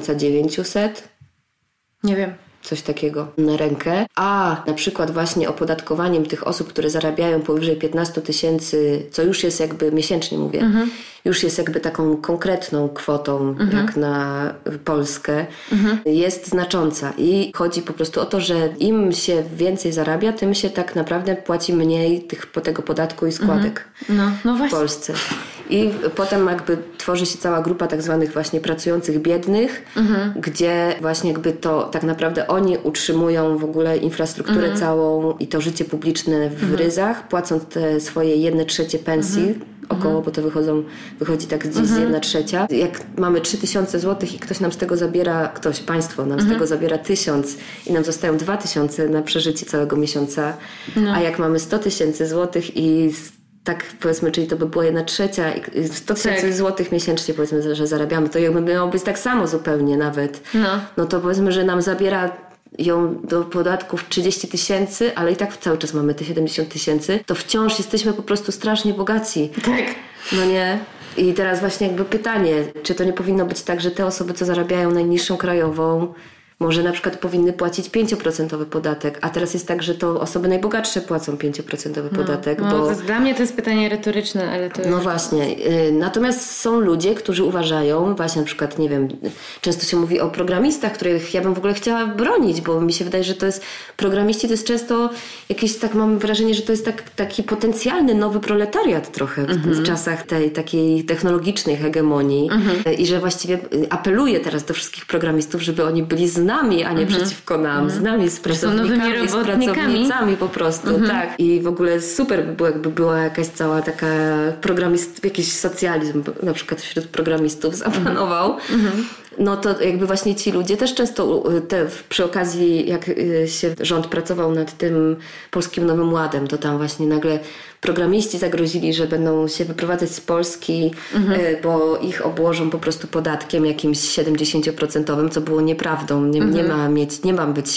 1900. Nie wiem. Coś takiego na rękę. A na przykład właśnie opodatkowaniem tych osób, które zarabiają powyżej 15 000, co już jest jakby miesięcznie mówię, już jest jakby taką konkretną kwotą jak na Polskę, jest znacząca. I chodzi po prostu o to, że im się więcej zarabia, tym się tak naprawdę płaci mniej tego podatku i składek w Polsce. I potem jakby tworzy się cała grupa tak zwanych właśnie pracujących biednych, gdzie właśnie jakby to tak naprawdę oni utrzymują w ogóle infrastrukturę całą i to życie publiczne w ryzach, płacąc te swoje 1/3 pensji około, bo to wychodzi tak gdzieś z 1/3. Jak mamy 3000 zł i ktoś nam z tego zabiera, państwo nam z tego zabiera 1000 i nam zostają 2000 na przeżycie całego miesiąca, a jak mamy 100 000 złotych i tak powiedzmy, czyli to by była 1/3 i 100 000 złotych miesięcznie powiedzmy, że zarabiamy, to jakby miało być tak samo zupełnie nawet. No to powiedzmy, że nam zabiera ją do podatków 30 000, ale i tak cały czas mamy te 70 000, to wciąż jesteśmy po prostu strasznie bogaci. Tak. No nie? I teraz właśnie jakby pytanie, czy to nie powinno być tak, że te osoby, co zarabiają najniższą krajową, może na przykład powinny płacić 5% podatek, a teraz jest tak, że to osoby najbogatsze płacą 5% podatek. Dla mnie to jest pytanie retoryczne, ale to... No właśnie. Natomiast są ludzie, którzy uważają, właśnie na przykład, nie wiem, często się mówi o programistach, których ja bym w ogóle chciała bronić, bo mi się wydaje, że to jest, programiści to jest często jakieś, tak mam wrażenie, że to jest taki potencjalny nowy proletariat trochę w czasach tej takiej technologicznej hegemonii i że właściwie apeluję teraz do wszystkich programistów, żeby oni byli z nami, a nie przeciwko nam, z nami, z pracownikami, z pracownicami po prostu, tak. I w ogóle super by było, jakby była jakaś cała taka jakiś socjalizm na przykład wśród programistów zapanował. No to jakby właśnie ci ludzie też często przy okazji, jak się rząd pracował nad tym Polskim Nowym Ładem, to tam właśnie nagle programiści zagrozili, że będą się wyprowadzać z Polski, bo ich obłożą po prostu podatkiem jakimś 70%, co było nieprawdą. Nie ma być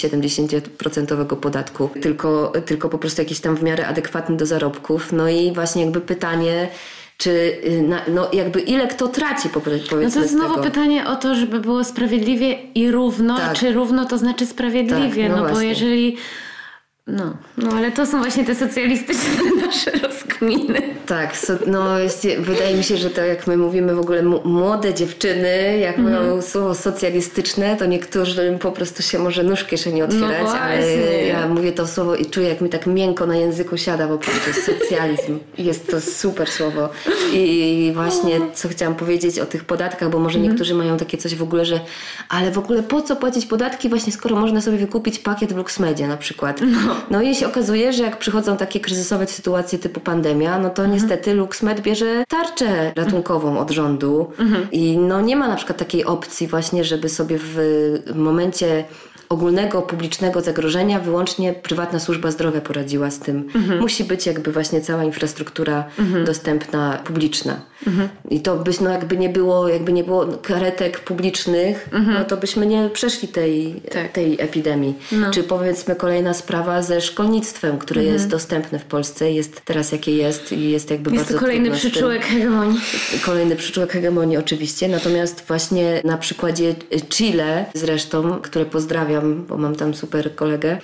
70% podatku, tylko po prostu jakiś tam w miarę adekwatny do zarobków. No i właśnie jakby pytanie, Czy jakby ile kto traci, powiedzmy, no to jest znowu z tego. Pytanie o to, żeby było sprawiedliwie i równo, tak. Czy równo to znaczy sprawiedliwie, tak, bo właśnie. jeżeli... No, ale to są właśnie te socjalistyczne nasze rozkminy. Tak, wydaje mi się, że to jak my mówimy w ogóle młode dziewczyny, jak mówią słowo socjalistyczne, to niektórzy po prostu się może nóż w kieszeni otwierać, ale ja mówię to słowo i czuję, jak mi tak miękko na języku siada, bo to jest socjalizm. Jest to super słowo. I właśnie co chciałam powiedzieć o tych podatkach, bo może niektórzy mają takie coś w ogóle, że ale w ogóle po co płacić podatki właśnie skoro można sobie wykupić pakiet w LuxMedzie na przykład. No i się okazuje, że jak przychodzą takie kryzysowe sytuacje typu pandemia, no to niestety LuxMed bierze tarczę ratunkową od rządu i nie ma na przykład takiej opcji właśnie, żeby sobie w momencie ogólnego, publicznego zagrożenia wyłącznie prywatna służba zdrowia poradziła z tym. Musi być jakby właśnie cała infrastruktura dostępna, publiczna. I to byś, jakby nie było karetek publicznych, no to byśmy nie przeszli tej epidemii. Czy powiedzmy kolejna sprawa ze szkolnictwem, które jest dostępne w Polsce, jest teraz jakie jest i jest jakby jest bardzo to kolejny przyczółek hegemonii. Kolejny przyczółek hegemonii oczywiście, natomiast właśnie na przykładzie Chile zresztą, które pozdrawiam, bo mam tam super kolegę.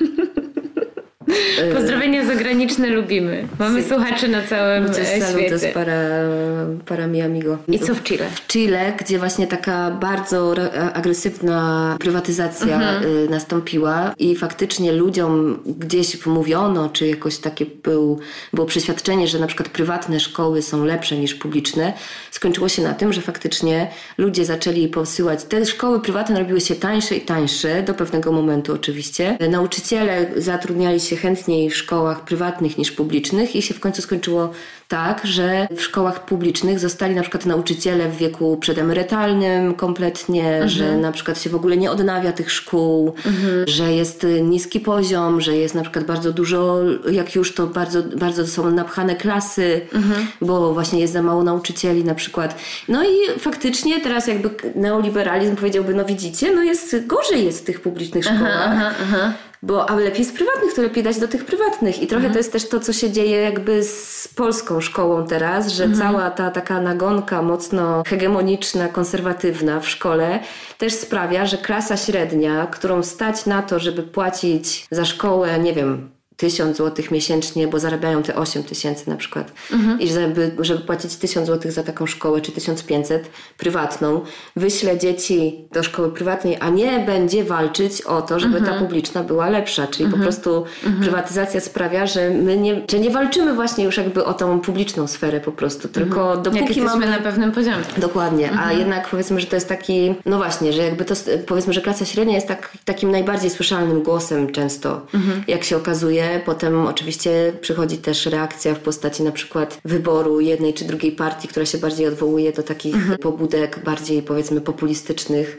Pozdrowienia zagraniczne lubimy. Mamy słuchaczy na całym świecie. To jest para mi amigo. I co w Chile? W Chile, gdzie właśnie taka bardzo agresywna prywatyzacja nastąpiła i faktycznie ludziom gdzieś wmówiono, czy jakoś takie było przeświadczenie, że na przykład prywatne szkoły są lepsze niż publiczne. Skończyło się na tym, że faktycznie ludzie zaczęli posyłać. Te szkoły prywatne robiły się tańsze i tańsze, do pewnego momentu oczywiście. Nauczyciele zatrudniali się chętniej w szkołach prywatnych niż publicznych i się w końcu skończyło tak, że w szkołach publicznych zostali na przykład nauczyciele w wieku przedemerytalnym kompletnie, że na przykład się w ogóle nie odnawia tych szkół, że jest niski poziom, że jest na przykład bardzo dużo, jak już to bardzo, bardzo są napchane klasy, bo właśnie jest za mało nauczycieli na przykład. No i faktycznie teraz jakby neoliberalizm powiedziałby, widzicie, gorzej jest w tych publicznych szkołach. Ale lepiej z prywatnych, to lepiej dać do tych prywatnych. I trochę to jest też to, co się dzieje jakby z polską szkołą teraz, że cała ta taka nagonka mocno hegemoniczna, konserwatywna w szkole też sprawia, że klasa średnia, którą stać na to, żeby płacić za szkołę, nie wiem, 1000 zł miesięcznie, bo zarabiają te 8000 na przykład. I żeby płacić 1000 zł za taką szkołę, czy 1500 prywatną, wyśle dzieci do szkoły prywatnej, a nie będzie walczyć o to, żeby ta publiczna była lepsza. Czyli po prostu prywatyzacja sprawia, że my nie walczymy właśnie już jakby o tą publiczną sferę po prostu, tylko dopóki mamy na pewnym poziomie. Dokładnie, a jednak powiedzmy, że to jest taki, właśnie, że jakby to powiedzmy, że klasa średnia jest takim najbardziej słyszalnym głosem często, jak się okazuje. Potem oczywiście przychodzi też reakcja w postaci na przykład wyboru jednej czy drugiej partii, która się bardziej odwołuje do takich pobudek bardziej powiedzmy populistycznych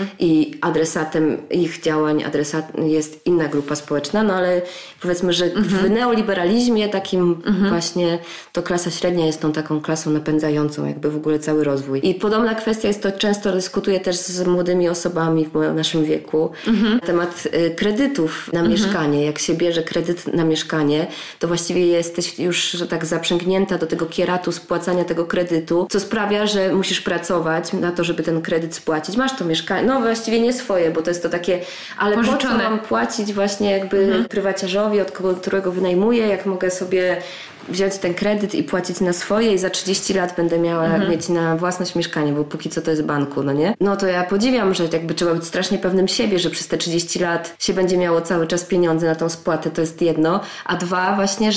i adresatem ich działań jest inna grupa społeczna, ale powiedzmy, że w neoliberalizmie takim właśnie to klasa średnia jest tą taką klasą napędzającą jakby w ogóle cały rozwój. I podobna kwestia jest to, często dyskutuję też z młodymi osobami w naszym wieku na temat kredytów na mieszkanie. Jak się bierze kredyt na mieszkanie, to właściwie jesteś już, że tak zaprzęgnięta do tego kieratu spłacania tego kredytu, co sprawia, że musisz pracować na to, żeby ten kredyt spłacić. Masz to mieszkanie, właściwie nie swoje, bo to jest to takie, ale pożyczone. Po co mam płacić właśnie jakby prywaciarzowi, od którego wynajmuję, jak mogę sobie wziąć ten kredyt i płacić na swoje i za 30 lat będę miała mieć na własność mieszkanie, bo póki co to jest banku, nie? No to ja podziwiam, że jakby trzeba być strasznie pewnym siebie, że przez te 30 lat się będzie miało cały czas pieniądze na tą spłatę, to jest jedno, a dwa właśnie,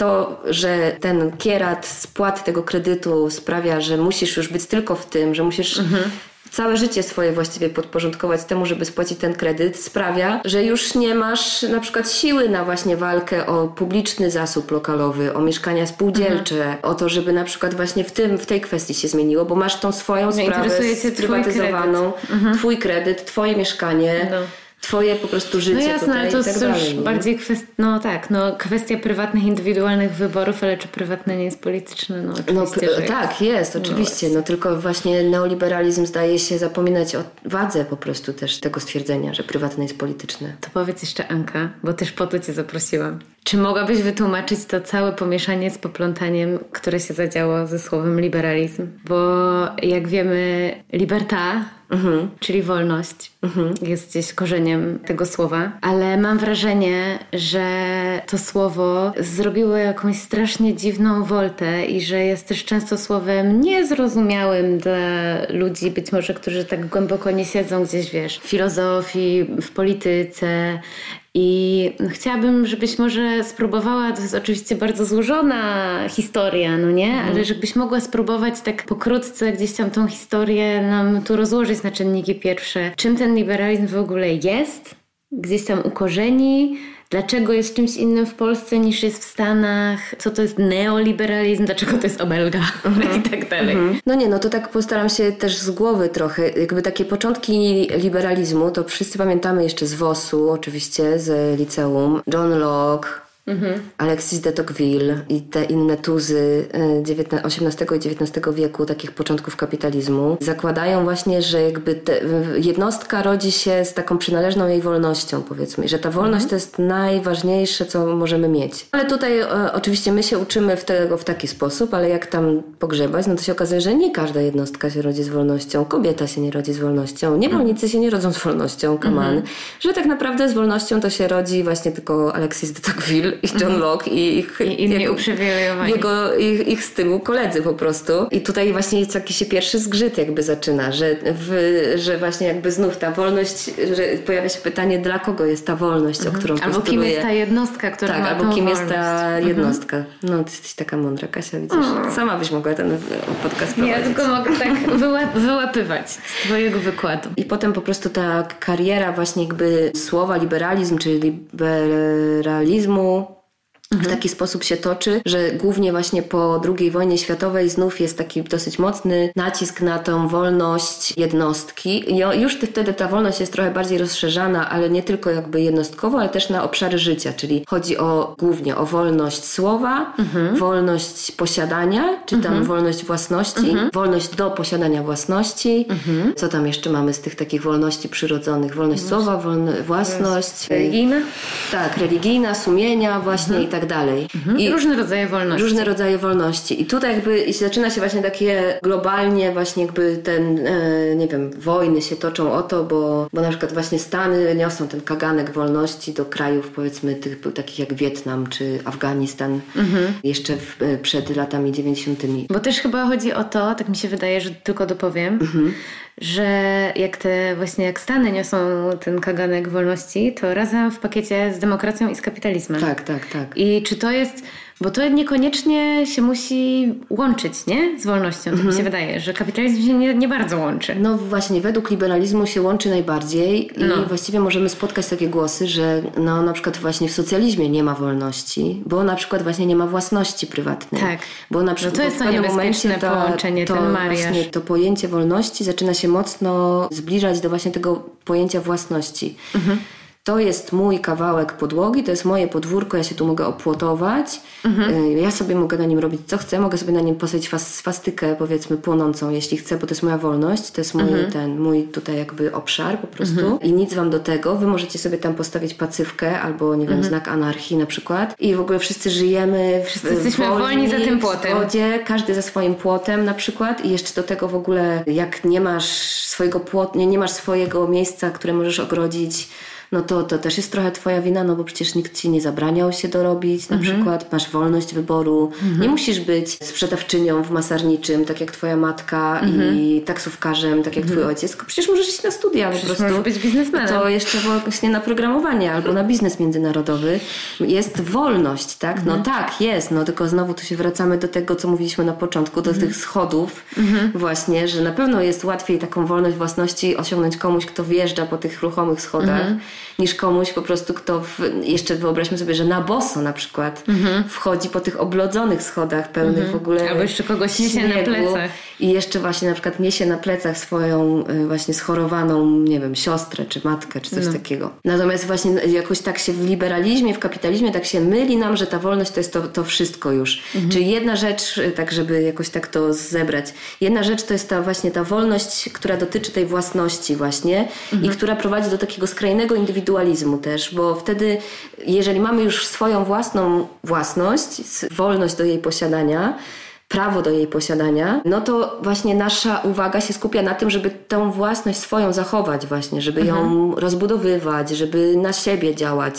że ten kierat spłaty tego kredytu sprawia, że musisz już być tylko w tym, że musisz całe życie swoje właściwie podporządkować temu, żeby spłacić ten kredyt, sprawia, że już nie masz na przykład siły na właśnie walkę o publiczny zasób lokalowy, o mieszkania spółdzielcze, o to, żeby na przykład właśnie w tej kwestii się zmieniło, bo masz tą swoją sprawę sprywatyzowaną, twój kredyt, twoje mieszkanie, twoje po prostu życie jasne, tutaj ale to i tak dalej. jest już bardziej kwestia prywatnych, indywidualnych wyborów, ale czy prywatne nie jest polityczne? Oczywiście, że tak, jest, oczywiście. Tylko właśnie neoliberalizm zdaje się zapominać o wadze po prostu też tego stwierdzenia, że prywatne jest polityczne. To powiedz jeszcze, Anka, bo też po to cię zaprosiłam. Czy mogłabyś wytłumaczyć to całe pomieszanie z poplotaniem, które się zadziało ze słowem liberalizm? Bo jak wiemy, libertà, czyli wolność, jest gdzieś korzeniem tego słowa. Ale mam wrażenie, że to słowo zrobiło jakąś strasznie dziwną woltę i że jest też często słowem niezrozumiałym dla ludzi, być może, którzy tak głęboko nie siedzą gdzieś, wiesz, w filozofii, w polityce. I chciałabym, żebyś może spróbowała, to jest oczywiście bardzo złożona historia, no nie? Ale żebyś mogła spróbować tak pokrótce gdzieś tam tą historię nam tu rozłożyć na czynniki pierwsze. Czym ten liberalizm w ogóle jest? Gdzieś tam u korzeni? Dlaczego jest czymś innym w Polsce niż jest w Stanach? Co to jest neoliberalizm? Dlaczego to jest obelga? I tak dalej. No nie, no to tak postaram się też z głowy trochę. Jakby takie początki liberalizmu to wszyscy pamiętamy jeszcze z WOS-u, oczywiście, z liceum. John Locke, Alexis de Tocqueville i te inne tuzy XVIII i XIX wieku, takich początków kapitalizmu, zakładają właśnie, że jakby jednostka rodzi się z taką przynależną jej wolnością, powiedzmy, że ta wolność to jest najważniejsze, co możemy mieć. Ale tutaj oczywiście my się uczymy tego w taki sposób, ale jak tam pogrzebać, no to się okazuje, że nie każda jednostka się rodzi z wolnością, kobieta się nie rodzi z wolnością, niewolnicy się nie rodzą z wolnością, że tak naprawdę z wolnością to się rodzi właśnie tylko Alexis de Tocqueville i John Locke i inni uprzywilejowani. Ich z tyłu koledzy po prostu. I tutaj właśnie jest jakiś pierwszy zgrzyt jakby zaczyna, że właśnie jakby znów ta wolność, że pojawia się pytanie, dla kogo jest ta wolność, o którą albo kim jest ta jednostka, która ma tą albo kim wolność. jest ta jednostka. No, ty jesteś taka mądra, Kasia, widzisz? Sama byś mogła ten podcast prowadzić. Ja tylko mogę tak wyłapywać z twojego wykładu. I potem po prostu ta kariera właśnie jakby słowa liberalizm, czyli liberalizmu w taki sposób się toczy, że głównie właśnie po II wojnie światowej znów jest taki dosyć mocny nacisk na tą wolność jednostki. I już wtedy ta wolność jest trochę bardziej rozszerzana, ale nie tylko jakby jednostkowo, ale też na obszary życia, czyli chodzi głównie o wolność słowa, wolność posiadania, czy tam wolność własności, wolność do posiadania własności. Co tam jeszcze mamy z tych takich wolności przyrodzonych? Wolność słowa, własność. Religijna? Tak, religijna, sumienia właśnie i tak dalej. I różne rodzaje wolności. Różne rodzaje wolności. I tutaj jakby zaczyna się właśnie takie globalnie właśnie jakby nie wiem, wojny się toczą o to, bo na przykład właśnie Stany niosą ten kaganek wolności do krajów powiedzmy takich jak Wietnam czy Afganistan jeszcze przed latami 90. Bo też chyba chodzi o to, tak mi się wydaje, że tylko dopowiem, że jak Stany niosą ten kaganek wolności, to razem w pakiecie z demokracją i z kapitalizmem. Tak. I czy to jest... Bo to niekoniecznie się musi łączyć, nie? Z wolnością. Tak mi się wydaje, że kapitalizm się nie bardzo łączy. No właśnie, według liberalizmu się łączy najbardziej i właściwie możemy spotkać takie głosy, że na przykład właśnie w socjalizmie nie ma wolności, bo na przykład właśnie nie ma własności prywatnej. Tak. Bo na przykład to jest to niebezpieczne połączenie, ten mariaż. Właśnie to pojęcie wolności zaczyna się mocno zbliżać do właśnie tego pojęcia własności. To jest mój kawałek podłogi, to jest moje podwórko, ja się tu mogę opłotować, ja sobie mogę na nim robić co chcę, mogę sobie na nim posadzić swastykę powiedzmy płonącą, jeśli chcę, bo to jest moja wolność, to jest mój tutaj jakby obszar po prostu i nic wam do tego, wy możecie sobie tam postawić pacywkę albo nie wiem, znak anarchii na przykład i w ogóle wszyscy żyjemy jesteśmy wolni za tym płotem. W zgodzie, każdy za swoim płotem na przykład i jeszcze do tego w ogóle jak nie masz swojego nie masz swojego miejsca, które możesz ogrodzić, no to też jest trochę twoja wina, no bo przecież nikt ci nie zabraniał się dorobić, na przykład masz wolność wyboru, nie musisz być sprzedawczynią w masarniczym, tak jak twoja matka i taksówkarzem, tak jak twój ojciec, tylko przecież możesz iść na studia po prostu. Możesz być biznesmenem. To jeszcze właśnie na programowanie albo na biznes międzynarodowy jest wolność, tak? No tak, jest, no tylko znowu tu się wracamy do tego, co mówiliśmy na początku, do tych schodów właśnie, że na pewno jest łatwiej taką wolność własności osiągnąć komuś, kto wjeżdża po tych ruchomych schodach, niż komuś po prostu, kto jeszcze wyobraźmy sobie, że na boso na przykład wchodzi po tych oblodzonych schodach pełnych w ogóle albo jeszcze kogoś niesie na plecach i jeszcze właśnie na przykład niesie na plecach swoją właśnie schorowaną, nie wiem, siostrę czy matkę czy coś takiego. Natomiast właśnie jakoś tak się w liberalizmie, w kapitalizmie tak się myli nam, że ta wolność to jest to wszystko już. Czyli jedna rzecz, tak żeby jakoś tak to zebrać. Jedna rzecz to jest ta wolność, która dotyczy tej własności właśnie i która prowadzi do takiego skrajnego indywidualizmu też, bo wtedy jeżeli mamy już swoją własną własność, wolność do jej posiadania, prawo do jej posiadania, no to właśnie nasza uwaga się skupia na tym, żeby tę własność swoją zachować właśnie, żeby ją rozbudowywać, żeby na siebie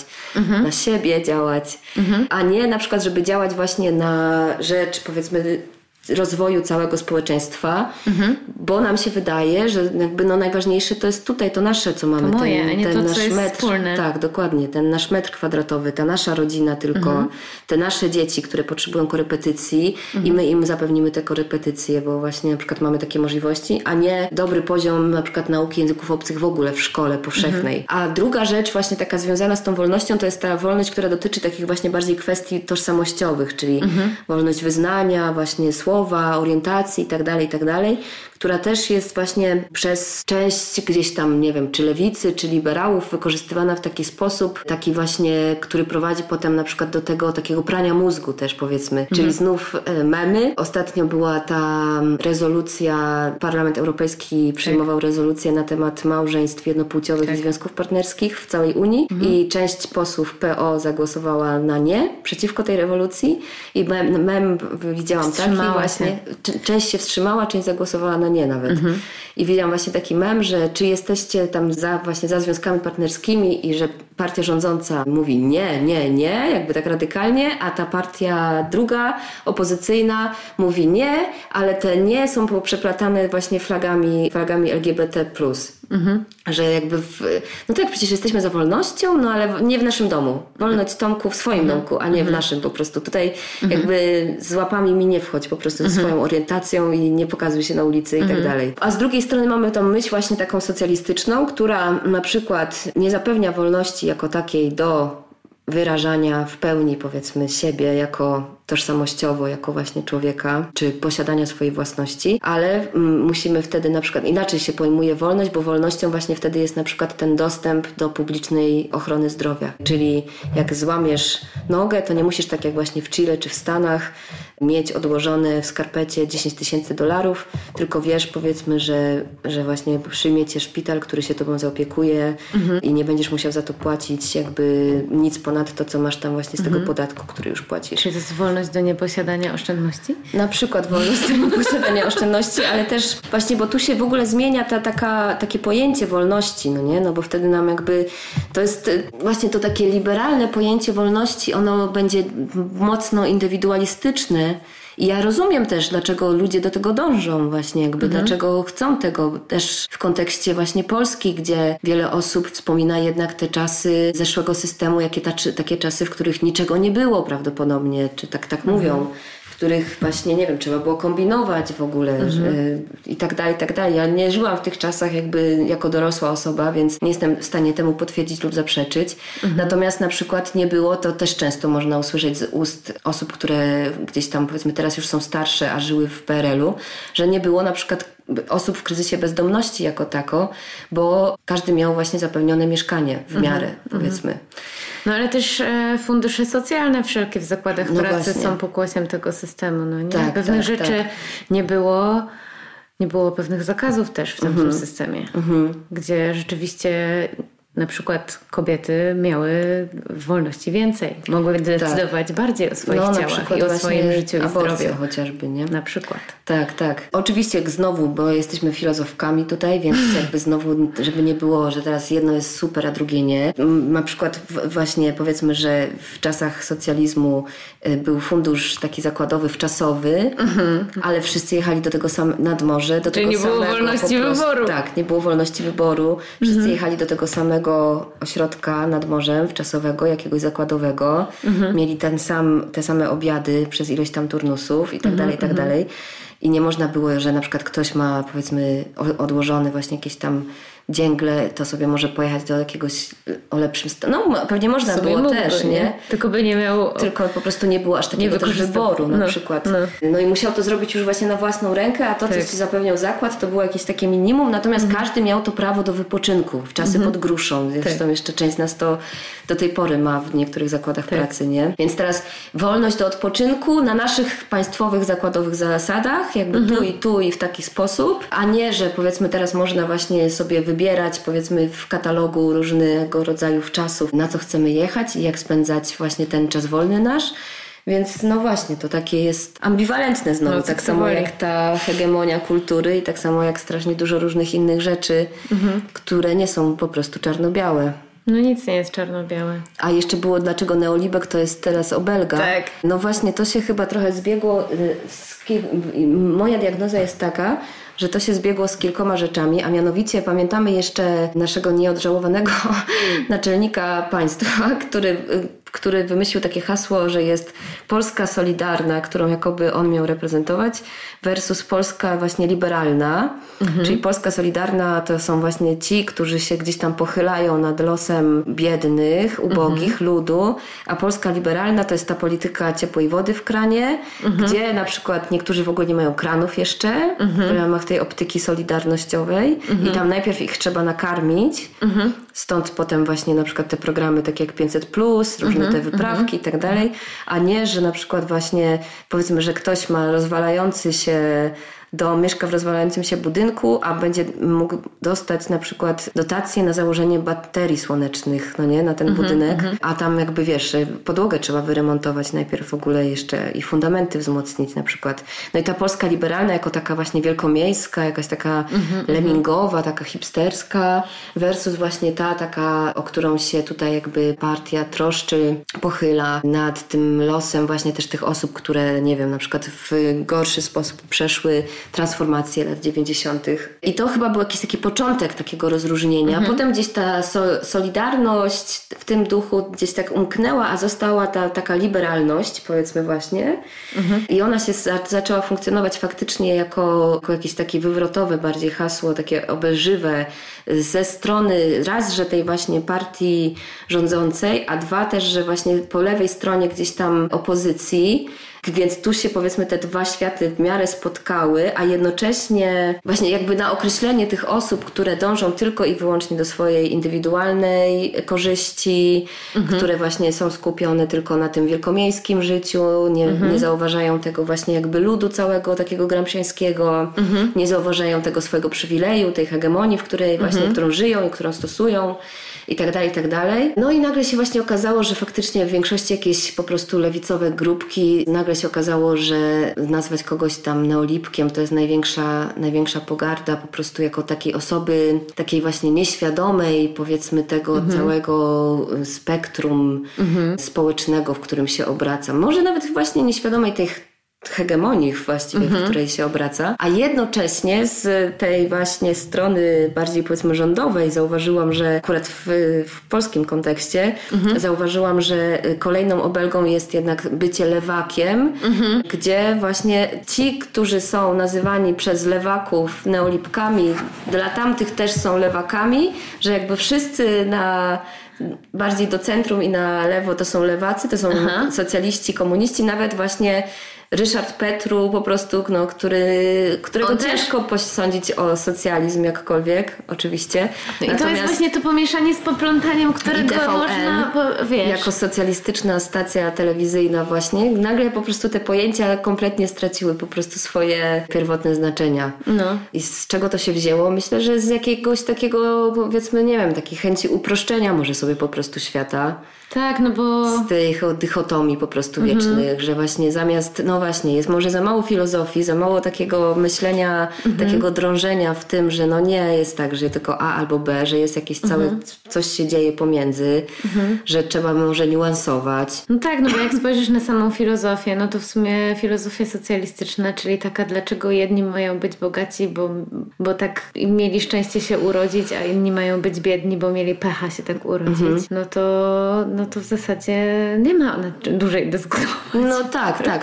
działać, a nie na przykład, żeby działać właśnie na rzecz, powiedzmy, rozwoju całego społeczeństwa, bo nam się wydaje, że jakby najważniejsze to jest tutaj to nasze, co mamy. To moje, a nie ten to, nasz co jest metr, wspólne. tak, dokładnie. Ten nasz metr kwadratowy, ta nasza rodzina tylko, te nasze dzieci, które potrzebują korepetycji i my im zapewnimy te korepetycje, bo właśnie na przykład mamy takie możliwości, a nie dobry poziom na przykład nauki języków obcych w ogóle w szkole powszechnej. A druga rzecz właśnie taka związana z tą wolnością to jest ta wolność, która dotyczy takich właśnie bardziej kwestii tożsamościowych, czyli wolność wyznania, właśnie słowa, orientacji i tak dalej, która też jest właśnie przez część gdzieś tam, nie wiem, czy lewicy, czy liberałów wykorzystywana w taki sposób, taki właśnie, który prowadzi potem na przykład do tego takiego prania mózgu też, powiedzmy. Czyli znów memy. Ostatnio była ta rezolucja, Parlament Europejski przyjmował rezolucję na temat małżeństw jednopłciowych i związków partnerskich w całej Unii i część posłów PO zagłosowała na nie, przeciwko tej rewolucji i mem widziałam taki właśnie, część się wstrzymała, część zagłosowała na nie nawet. I widziałam właśnie taki mem, że czy jesteście tam za związkami partnerskimi i że partia rządząca mówi nie, jakby tak radykalnie, a ta partia druga, opozycyjna mówi nie, ale te nie są przeplatane właśnie flagami LGBT+. Że jakby no tak, przecież jesteśmy za wolnością, no ale nie w naszym domu. Wolność Tomku w swoim domku, a nie w naszym po prostu. Tutaj jakby z łapami mi nie wchodź po prostu ze swoją orientacją i nie pokazuj się na ulicy i tak dalej. A z drugiej strony mamy tą myśl właśnie taką socjalistyczną, która na przykład nie zapewnia wolności jako takiej do wyrażania w pełni, powiedzmy, siebie jako tożsamościowo, jako właśnie człowieka, czy posiadania swojej własności, ale musimy wtedy na przykład inaczej się pojmuje wolność, bo wolnością właśnie wtedy jest na przykład ten dostęp do publicznej ochrony zdrowia. Czyli jak złamiesz nogę, to nie musisz tak jak właśnie w Chile czy w Stanach mieć odłożone w skarpecie $10,000, tylko wiesz, powiedzmy, że właśnie przyjmie cię szpital, który się tobą zaopiekuje i nie będziesz musiał za to płacić jakby nic ponad to, co masz tam właśnie z tego podatku, który już płacisz. Czyli to jest wolność do nieposiadania oszczędności? Na przykład wolność do nieposiadania oszczędności, ale też właśnie, bo tu się w ogóle zmienia takie pojęcie wolności, no nie? No bo wtedy nam jakby, to jest właśnie to takie liberalne pojęcie wolności, ono będzie mocno indywidualistyczne. I ja rozumiem też, dlaczego ludzie do tego dążą właśnie, jakby dlaczego chcą tego też w kontekście właśnie Polski, gdzie wiele osób wspomina jednak te czasy zeszłego systemu, takie czasy, w których niczego nie było prawdopodobnie, czy tak mówią, w których właśnie, nie wiem, trzeba było kombinować w ogóle i tak dalej. Ja nie żyłam w tych czasach jakby jako dorosła osoba, więc nie jestem w stanie temu potwierdzić lub zaprzeczyć. Natomiast na przykład nie było, to też często można usłyszeć z ust osób, które gdzieś tam powiedzmy teraz już są starsze, a żyły w PRL-u, że nie było na przykład osób w kryzysie bezdomności jako tako, bo każdy miał właśnie zapewnione mieszkanie w miarę, powiedzmy. No ale też fundusze socjalne wszelkie w zakładach pracy właśnie są pokłosiem tego systemu. No nie? Tak, pewnych rzeczy nie było pewnych zakazów też w tym systemie, gdzie rzeczywiście na przykład kobiety miały wolności więcej. Mogły decydować bardziej o swoich ciałach i o swoim życiu i zdrowiu. Chociażby, nie? Na przykład. Tak. Oczywiście znowu, bo jesteśmy filozofkami tutaj, więc jakby znowu, żeby nie było, że teraz jedno jest super, a drugie nie. Na przykład właśnie powiedzmy, że w czasach socjalizmu był fundusz taki zakładowy wczasowy, ale wszyscy jechali do tego nad morze. Do Czyli tego nie było wolności wyboru. Tak, nie było wolności wyboru. Wszyscy jechali do tego samego ośrodka nad morzem wczasowego, jakiegoś zakładowego. Mieli te same obiady przez ilość tam turnusów i tak dalej. I nie można było, że na przykład ktoś ma powiedzmy odłożone właśnie jakieś tam Dzięgle, to sobie może pojechać do jakiegoś o lepszym stanie. No pewnie można sobie było też, nie? Tylko by nie miał... Tylko po prostu nie było aż takiego też wyboru na przykład. No i musiał to zrobić już właśnie na własną rękę, a to, co ci zapewniał zakład, to było jakieś takie minimum, natomiast każdy miał to prawo do wypoczynku w czasy pod gruszą. Zresztą jeszcze część nas to do tej pory ma w niektórych zakładach pracy, nie? Więc teraz wolność do odpoczynku na naszych państwowych, zakładowych zasadach, jakby tu i w taki sposób, a nie, że powiedzmy teraz można właśnie sobie wybierać, powiedzmy w katalogu różnego rodzaju czasów, na co chcemy jechać i jak spędzać właśnie ten czas wolny nasz. Więc no właśnie, to takie jest ambiwalentne znowu, tak samo jak ta hegemonia kultury i tak samo jak strasznie dużo różnych innych rzeczy, które nie są po prostu czarno-białe. No nic nie jest czarno-białe. A jeszcze było, dlaczego neolibek to jest teraz obelga. Tak. No właśnie, to się chyba trochę zbiegło. Moja diagnoza jest taka, że to się zbiegło z kilkoma rzeczami, a mianowicie pamiętamy jeszcze naszego nieodżałowanego naczelnika państwa, który wymyślił takie hasło, że jest Polska solidarna, którą jakoby on miał reprezentować, versus Polska właśnie liberalna. Czyli Polska solidarna to są właśnie ci, którzy się gdzieś tam pochylają nad losem biednych, ubogich, ludu, a Polska liberalna to jest ta polityka ciepłej wody w kranie, gdzie na przykład niektórzy w ogóle nie mają kranów jeszcze w ramach tej optyki solidarnościowej i tam najpierw ich trzeba nakarmić, stąd potem właśnie na przykład te programy takie jak 500+, różne te wyprawki i tak dalej, a nie, że na przykład właśnie powiedzmy, że ktoś ma rozwalający się mieszka w rozwalającym się budynku, a będzie mógł dostać na przykład dotację na założenie baterii słonecznych, no nie, na ten budynek, a tam jakby wiesz, podłogę trzeba wyremontować najpierw w ogóle jeszcze i fundamenty wzmocnić na przykład. No i ta Polska liberalna jako taka właśnie wielkomiejska, jakaś taka lemingowa, taka hipsterska versus właśnie ta taka, o którą się tutaj jakby partia troszczy, pochyla nad tym losem właśnie też tych osób, które nie wiem, na przykład w gorszy sposób przeszły transformację lat 90. I to chyba był jakiś taki początek takiego rozróżnienia. Potem gdzieś ta solidarność w tym duchu gdzieś tak umknęła, a została ta taka liberalność, powiedzmy właśnie. I ona się zaczęła funkcjonować faktycznie jako jakieś takie wywrotowe bardziej hasło, takie obelżywe ze strony raz, że tej właśnie partii rządzącej, a dwa też, że właśnie po lewej stronie gdzieś tam opozycji. Więc tu się powiedzmy te dwa światy w miarę spotkały, a jednocześnie właśnie jakby na określenie tych osób, które dążą tylko i wyłącznie do swojej indywidualnej korzyści, które właśnie są skupione tylko na tym wielkomiejskim życiu, nie zauważają tego właśnie jakby ludu całego takiego gramsciańskiego, nie zauważają tego swojego przywileju, tej hegemonii, w której właśnie, którą żyją i którą stosują. I tak dalej, i tak dalej. No i nagle się właśnie okazało, że faktycznie w większości jakieś po prostu lewicowe grupki, nagle się okazało, że nazwać kogoś tam neolibkiem to jest największa pogarda po prostu jako takiej osoby, takiej właśnie nieświadomej, powiedzmy tego całego spektrum społecznego, w którym się obraca. Może nawet właśnie nieświadomej tej hegemonii właściwie, w której się obraca, a jednocześnie z tej właśnie strony bardziej powiedzmy rządowej zauważyłam, że akurat w polskim kontekście zauważyłam, że kolejną obelgą jest jednak bycie lewakiem, gdzie właśnie ci, którzy są nazywani przez lewaków neolibkami, dla tamtych też są lewakami, że jakby wszyscy bardziej do centrum i na lewo to są lewacy, to są socjaliści, komuniści, nawet właśnie Ryszard Petru po prostu, no, którego ciężko posądzić o socjalizm jakkolwiek, oczywiście. No i to jest właśnie to pomieszanie z poplątaniem, którego można, wiesz. Jako socjalistyczna stacja telewizyjna właśnie, nagle po prostu te pojęcia kompletnie straciły po prostu swoje pierwotne znaczenia. No. I z czego to się wzięło? Myślę, że z jakiegoś takiego, powiedzmy, nie wiem, takiej chęci uproszczenia może sobie po prostu świata. Tak, no bo... Z tych dychotomii po prostu wiecznych, że właśnie zamiast, no właśnie, jest może za mało filozofii, za mało takiego myślenia, takiego drążenia w tym, że no nie jest tak, że tylko A albo B, że jest jakieś coś się dzieje pomiędzy, że trzeba może niuansować. No tak, no bo jak spojrzysz na samą filozofię, no to w sumie filozofia socjalistyczna, czyli taka, dlaczego jedni mają być bogaci, bo tak mieli szczęście się urodzić, a inni mają być biedni, bo mieli pecha się tak urodzić, no to w zasadzie nie ma na czym dłużej dyskutować. No tak, no dlatego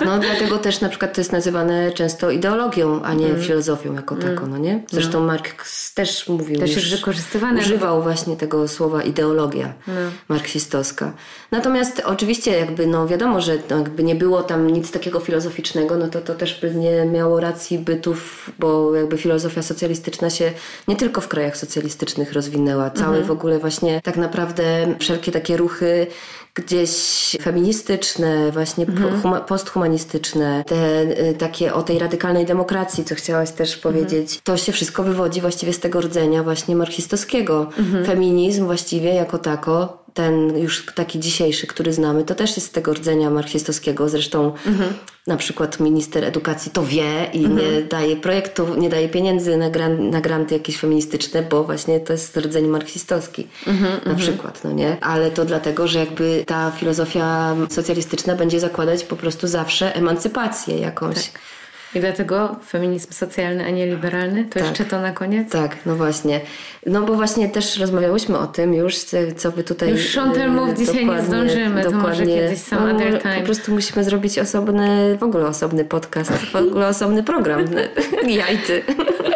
Dlatego też na przykład to jest nazywane często ideologią, a nie filozofią jako taką, no nie? Zresztą Marx też mówił, też jest wykorzystywane. Używał właśnie tego słowa ideologia marksistowska. Natomiast oczywiście jakby, no wiadomo, że jakby nie było tam nic takiego filozoficznego, no to też by nie miało racji bytów, bo jakby filozofia socjalistyczna się nie tylko w krajach socjalistycznych rozwinęła. Całe w ogóle właśnie tak naprawdę wszelkie takie ruchy gdzieś feministyczne, właśnie posthumanistyczne, te takie o tej radykalnej demokracji, co chciałaś też powiedzieć, to się wszystko wywodzi właściwie z tego rdzenia właśnie marksistowskiego. Feminizm właściwie jako tako, ten już taki dzisiejszy, który znamy, to też jest z tego rdzenia marksistowskiego. Zresztą na przykład minister edukacji to wie i nie daje projektów, nie daje pieniędzy na granty jakieś feministyczne, bo właśnie to jest rdzeń marksistowski na przykład, no nie? Ale to dlatego, że jakby ta filozofia socjalistyczna będzie zakładać po prostu zawsze emancypację jakąś. Tak. I dlatego feminizm socjalny, a nie liberalny? To jeszcze to na koniec? Tak, no właśnie. No bo właśnie też rozmawiałyśmy o tym już, co by tutaj... Już szontel mów, dzisiaj nie zdążymy, to może kiedyś some other time. Po prostu musimy zrobić w ogóle osobny podcast, w ogóle osobny program. Ja i ty.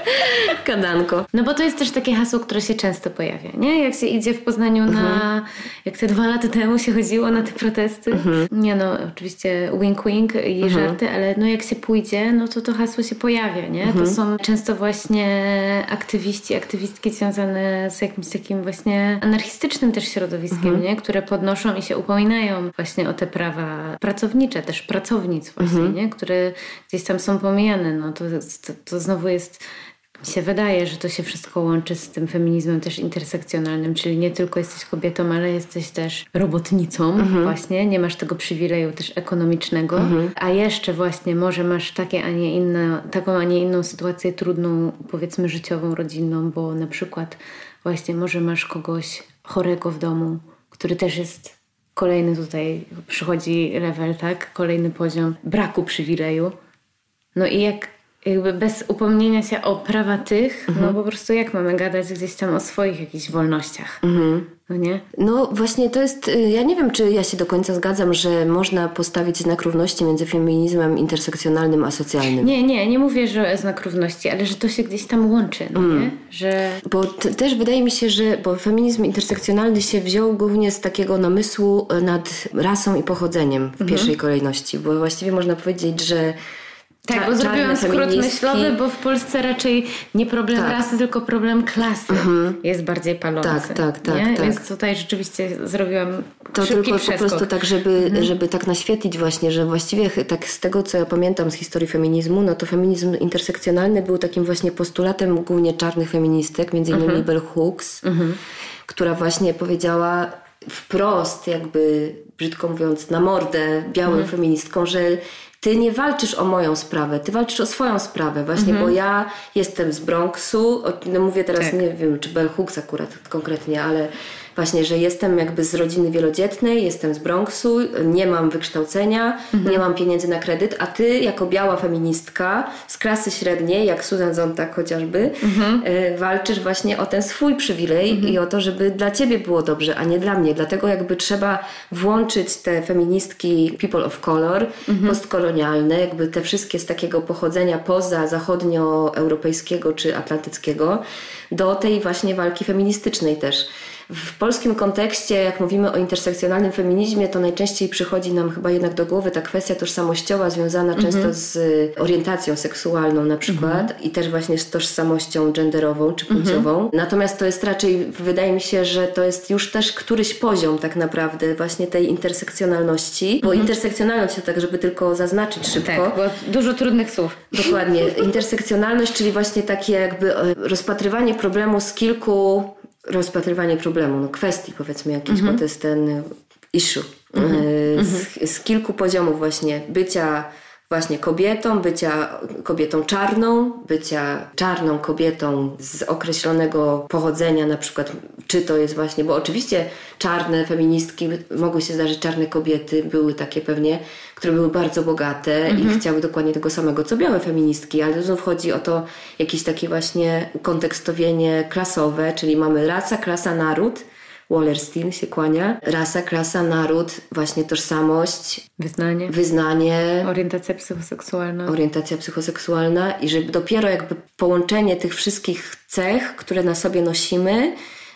Kadanko. No bo to jest też takie hasło, które się często pojawia, nie? Jak się idzie w Poznaniu na... Jak te 2 lata temu się chodziło na te protesty. Nie no, oczywiście wink wink i żarty, ale no jak się pójdzie, no to hasło się pojawia, nie? To są często właśnie aktywistki związane z jakimś takim właśnie anarchistycznym też środowiskiem, nie? Które podnoszą i się upominają właśnie o te prawa pracownicze, też pracownic właśnie, nie? Które gdzieś tam są pomijane. No to znowu jest... Mi się wydaje, że to się wszystko łączy z tym feminizmem też intersekcjonalnym, czyli nie tylko jesteś kobietą, ale jesteś też robotnicą właśnie, nie masz tego przywileju też ekonomicznego, a jeszcze właśnie może masz taką, a nie inną sytuację trudną, powiedzmy życiową, rodzinną, bo na przykład właśnie może masz kogoś chorego w domu, który też jest kolejny tutaj, przychodzi level, tak? Kolejny poziom braku przywileju. No i jakby bez upomnienia się o prawa tych, no po prostu jak mamy gadać gdzieś tam o swoich jakichś wolnościach, no nie? No właśnie to jest, ja nie wiem, czy ja się do końca zgadzam, że można postawić znak równości między feminizmem intersekcjonalnym a socjalnym. Nie mówię, że znak równości, ale że to się gdzieś tam łączy, no nie? Że... Bo też wydaje mi się, bo feminizm intersekcjonalny się wziął głównie z takiego namysłu nad rasą i pochodzeniem w pierwszej kolejności, bo właściwie można powiedzieć, że tak, bo zrobiłam skrót myślowy, bo w Polsce raczej nie problem rasy, tylko problem klasy jest bardziej palący. Tak. Więc tutaj rzeczywiście zrobiłam to szybki tylko przeskok. po prostu tak, żeby tak naświetlić właśnie, że właściwie tak z tego, co ja pamiętam z historii feminizmu, no to feminizm intersekcjonalny był takim właśnie postulatem głównie czarnych feministek, między innymi Bell Hooks, która właśnie powiedziała wprost, jakby brzydko mówiąc, na mordę białym feministkom, że ty nie walczysz o moją sprawę, ty walczysz o swoją sprawę właśnie, bo ja jestem z Bronxu, no mówię teraz, nie wiem, czy Bell Hooks akurat konkretnie, ale właśnie, że jestem jakby z rodziny wielodzietnej, jestem z Bronxu, nie mam wykształcenia, nie mam pieniędzy na kredyt, a ty jako biała feministka z klasy średniej, jak Susan Sontag chociażby, walczysz właśnie o ten swój przywilej i o to, żeby dla ciebie było dobrze, a nie dla mnie. Dlatego jakby trzeba włączyć te feministki people of color, postkolonialne, jakby te wszystkie z takiego pochodzenia poza zachodnioeuropejskiego czy atlantyckiego, do tej właśnie walki feministycznej też. W polskim kontekście, jak mówimy o intersekcjonalnym feminizmie, to najczęściej przychodzi nam chyba jednak do głowy ta kwestia tożsamościowa związana często z orientacją seksualną na przykład i też właśnie z tożsamością genderową czy płciową. Natomiast to jest raczej, wydaje mi się, że to jest już też któryś poziom tak naprawdę właśnie tej intersekcjonalności, bo intersekcjonalność to tak, żeby tylko zaznaczyć szybko. Tak, bo dużo trudnych słów. Dokładnie. Intersekcjonalność, czyli właśnie takie jakby rozpatrywanie problemu z kwestii powiedzmy jakiejś, bo to jest ten issue. Z kilku poziomów właśnie bycia właśnie kobietą, bycia kobietą czarną, bycia czarną kobietą z określonego pochodzenia, na przykład czy to jest właśnie, bo oczywiście czarne feministki, mogły się zdarzyć czarne kobiety, były takie pewnie, które były bardzo bogate i chciały dokładnie tego samego, co białe feministki, ale znów chodzi o to jakieś takie właśnie ukontekstowienie klasowe, czyli mamy rasa, klasa, naród, Wallerstein się kłania. Rasa, klasa, naród, właśnie tożsamość. Wyznanie. Orientacja psychoseksualna. I że dopiero jakby połączenie tych wszystkich cech, które na sobie nosimy,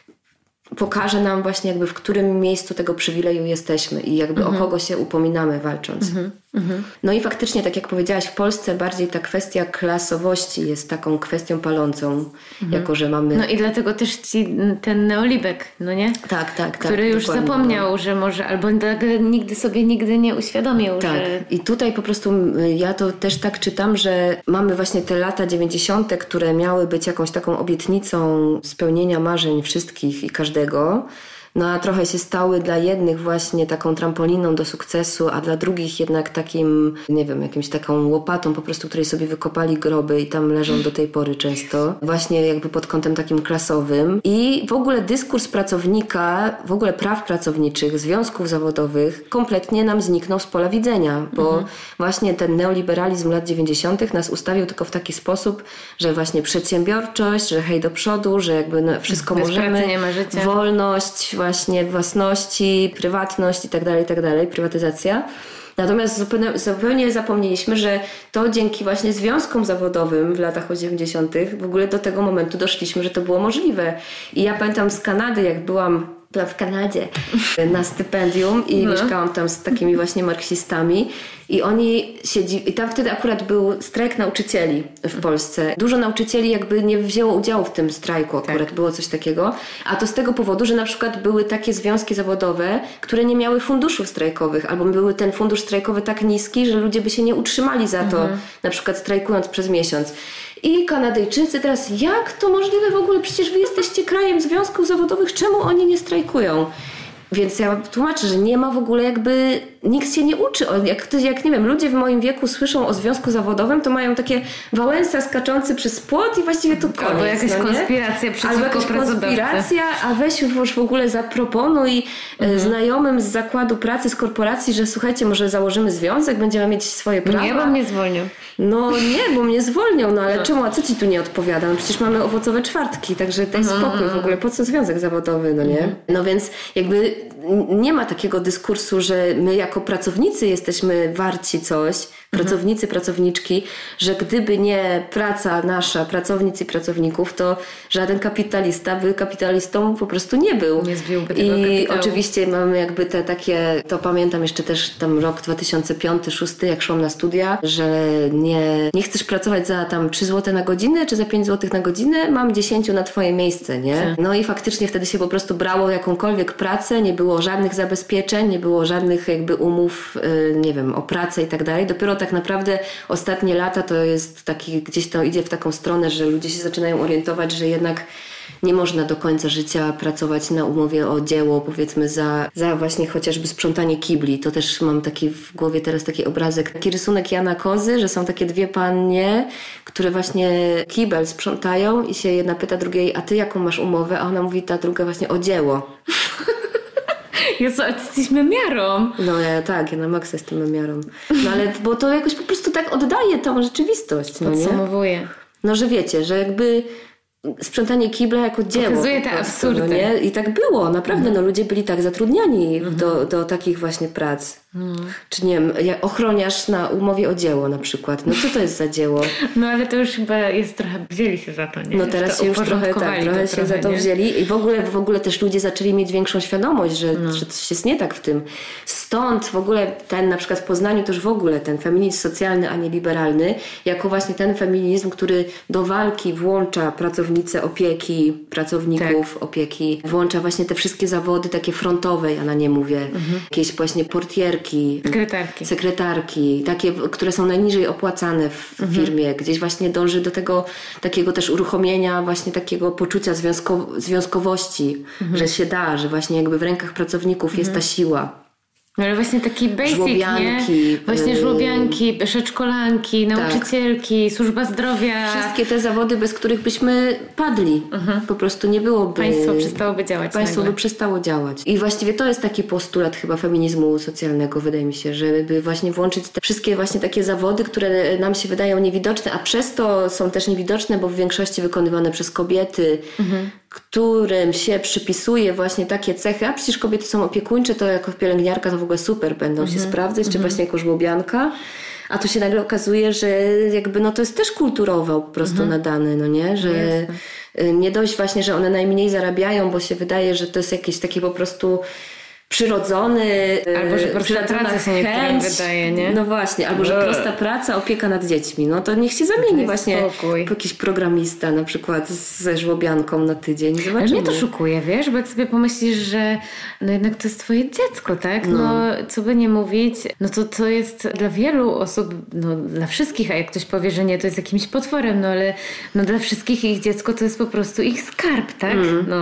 pokaże nam właśnie jakby w którym miejscu tego przywileju jesteśmy i jakby o kogo się upominamy walcząc. No i faktycznie, tak jak powiedziałaś, w Polsce bardziej ta kwestia klasowości jest taką kwestią palącą, jako że mamy... No i dlatego też ten neolibek, no nie? Tak. Który już zapomniał, że może, albo nigdy nie uświadomił, tak. że... I tutaj po prostu ja to też tak czytam, że mamy właśnie te lata 90., które miały być jakąś taką obietnicą spełnienia marzeń wszystkich i każdego. No a trochę się stały dla jednych właśnie taką trampoliną do sukcesu, a dla drugich jednak takim, nie wiem, jakimś taką łopatą po prostu, której sobie wykopali groby i tam leżą do tej pory często. Właśnie jakby pod kątem takim klasowym. I w ogóle dyskurs pracownika, w ogóle praw pracowniczych, związków zawodowych kompletnie nam zniknął z pola widzenia, bo właśnie ten neoliberalizm lat 90. nas ustawił tylko w taki sposób, że właśnie przedsiębiorczość, że hej do przodu, że jakby wszystko bez możemy, pracy nie ma życia. Wolność, właśnie własności, prywatność i tak dalej, prywatyzacja. Natomiast zupełnie zapomnieliśmy, że to dzięki właśnie związkom zawodowym w latach 80. w ogóle do tego momentu doszliśmy, że to było możliwe. I ja pamiętam z Kanady, jak byłam w Kanadzie na stypendium i mieszkałam tam z takimi właśnie marksistami i oni i tam wtedy akurat był strajk nauczycieli w Polsce. Dużo nauczycieli jakby nie wzięło udziału w tym strajku akurat, było coś takiego. A to z tego powodu, że na przykład były takie związki zawodowe, które nie miały funduszów strajkowych, albo były ten fundusz strajkowy tak niski, że ludzie by się nie utrzymali za to, na przykład strajkując przez miesiąc. I Kanadyjczycy teraz, jak to możliwe w ogóle? Przecież wy jesteście krajem związków zawodowych, czemu oni nie strajkują? Więc ja tłumaczę, że nie ma w ogóle jakby, nikt się nie uczy. Jak nie wiem, ludzie w moim wieku słyszą o związku zawodowym, to mają takie Wałęsa skaczący przez płot i właściwie to koniec. Albo jakaś konspiracja przeciwko pracodawcy. A weź już w ogóle zaproponuj znajomym z zakładu pracy, z korporacji, że słuchajcie, może założymy związek, będziemy mieć swoje prawa. Nie, bo mnie zwolnią. No nie, bo mnie zwolnią, no ale czemu, a co ci tu nie odpowiada? No przecież mamy owocowe czwartki, także daj spokój w ogóle, po co związek zawodowy, no nie? No więc jakby nie ma takiego dyskursu, że my jako pracownicy jesteśmy warci coś, pracownicy, pracowniczki, że gdyby nie praca nasza, pracownic i pracowników, to żaden kapitalista by kapitalistą po prostu nie był. Nie zbiłby tego I kapitału. oczywiście mamy jakby te takie, to pamiętam jeszcze też tam rok 2005-2006, jak szłam na studia, że nie chcesz pracować za tam 3 zł na godzinę, czy za 5 zł na godzinę, mam 10 na twoje miejsce, nie? No i faktycznie wtedy się po prostu brało jakąkolwiek pracę, nie było żadnych zabezpieczeń, nie było żadnych jakby umów, nie wiem, o pracę i tak dalej. Dopiero tak naprawdę ostatnie lata to jest taki, gdzieś to idzie w taką stronę, że ludzie się zaczynają orientować, że jednak nie można do końca życia pracować na umowie o dzieło, powiedzmy za właśnie chociażby sprzątanie kibli. To też mam taki w głowie teraz taki obrazek, taki rysunek Jana Kozy, że są takie dwie panie, które właśnie kibel sprzątają i się jedna pyta drugiej, a ty jaką masz umowę? A ona mówi, ta druga właśnie o dzieło. Jezu, ale jesteśmy miarą. No ja na maksa jestem miarą. No ale, bo to jakoś po prostu tak oddaje tą rzeczywistość. No, podsumowuje. Nie? No, że wiecie, że jakby sprzątanie kibla jako dzieło. Pokazuje te absurdy. No nie? I tak było, naprawdę. No, ludzie byli tak zatrudniani do takich właśnie prac. Czy nie wiem, ochroniarz na umowie o dzieło na przykład. No co to jest za dzieło? No ale to już chyba jest trochę, wzięli się za to, nie? No teraz się już trochę się za to wzięli i w ogóle też ludzie zaczęli mieć większą świadomość, że coś jest nie tak w tym. Stąd w ogóle ten na przykład w Poznaniu to już w ogóle ten feminizm socjalny, a nie liberalny, jako właśnie ten feminizm, który do walki włącza pracownice opieki, pracowników opieki, włącza właśnie te wszystkie zawody takie frontowe, ja na nie mówię, jakieś właśnie portierki, sekretarki, takie, które są najniżej opłacane w firmie, gdzieś właśnie dąży do tego takiego też uruchomienia właśnie takiego poczucia związkowości, że się da, że właśnie jakby w rękach pracowników jest ta siła. No ale właśnie taki basic, żłobianki, nie? Właśnie żłobianki, przedszkolanki, nauczycielki, służba zdrowia. Wszystkie te zawody, bez których byśmy padli. Po prostu nie byłoby... Państwo przestałoby działać. Państwo by przestało działać. I właściwie to jest taki postulat chyba feminizmu socjalnego, wydaje mi się, żeby właśnie włączyć te wszystkie właśnie takie zawody, które nam się wydają niewidoczne, a przez to są też niewidoczne, bo w większości wykonywane przez kobiety, którym się przypisuje właśnie takie cechy, a przecież kobiety są opiekuńcze, to jako pielęgniarka to w ogóle super będą się sprawdzać, czy właśnie jako żłobianka. A tu się nagle okazuje, że jakby to jest też kulturowo po prostu nadane, no nie? Że nie dość właśnie, że one najmniej zarabiają, bo się wydaje, że to jest jakieś takie po prostu przyrodzony, albo że prosta praca się niektórym wydaje, nie? No właśnie, albo że prosta praca, opieka nad dziećmi. No to niech się zamieni właśnie jakiś programista na przykład ze żłobianką na tydzień. Zobaczymy. Ale mnie to szokuje, wiesz, bo jak sobie pomyślisz, że jednak to jest twoje dziecko, tak? No co by nie mówić, no to jest dla wielu osób, dla wszystkich, a jak ktoś powie, że nie, to jest jakimś potworem, ale dla wszystkich ich dziecko to jest po prostu ich skarb, tak?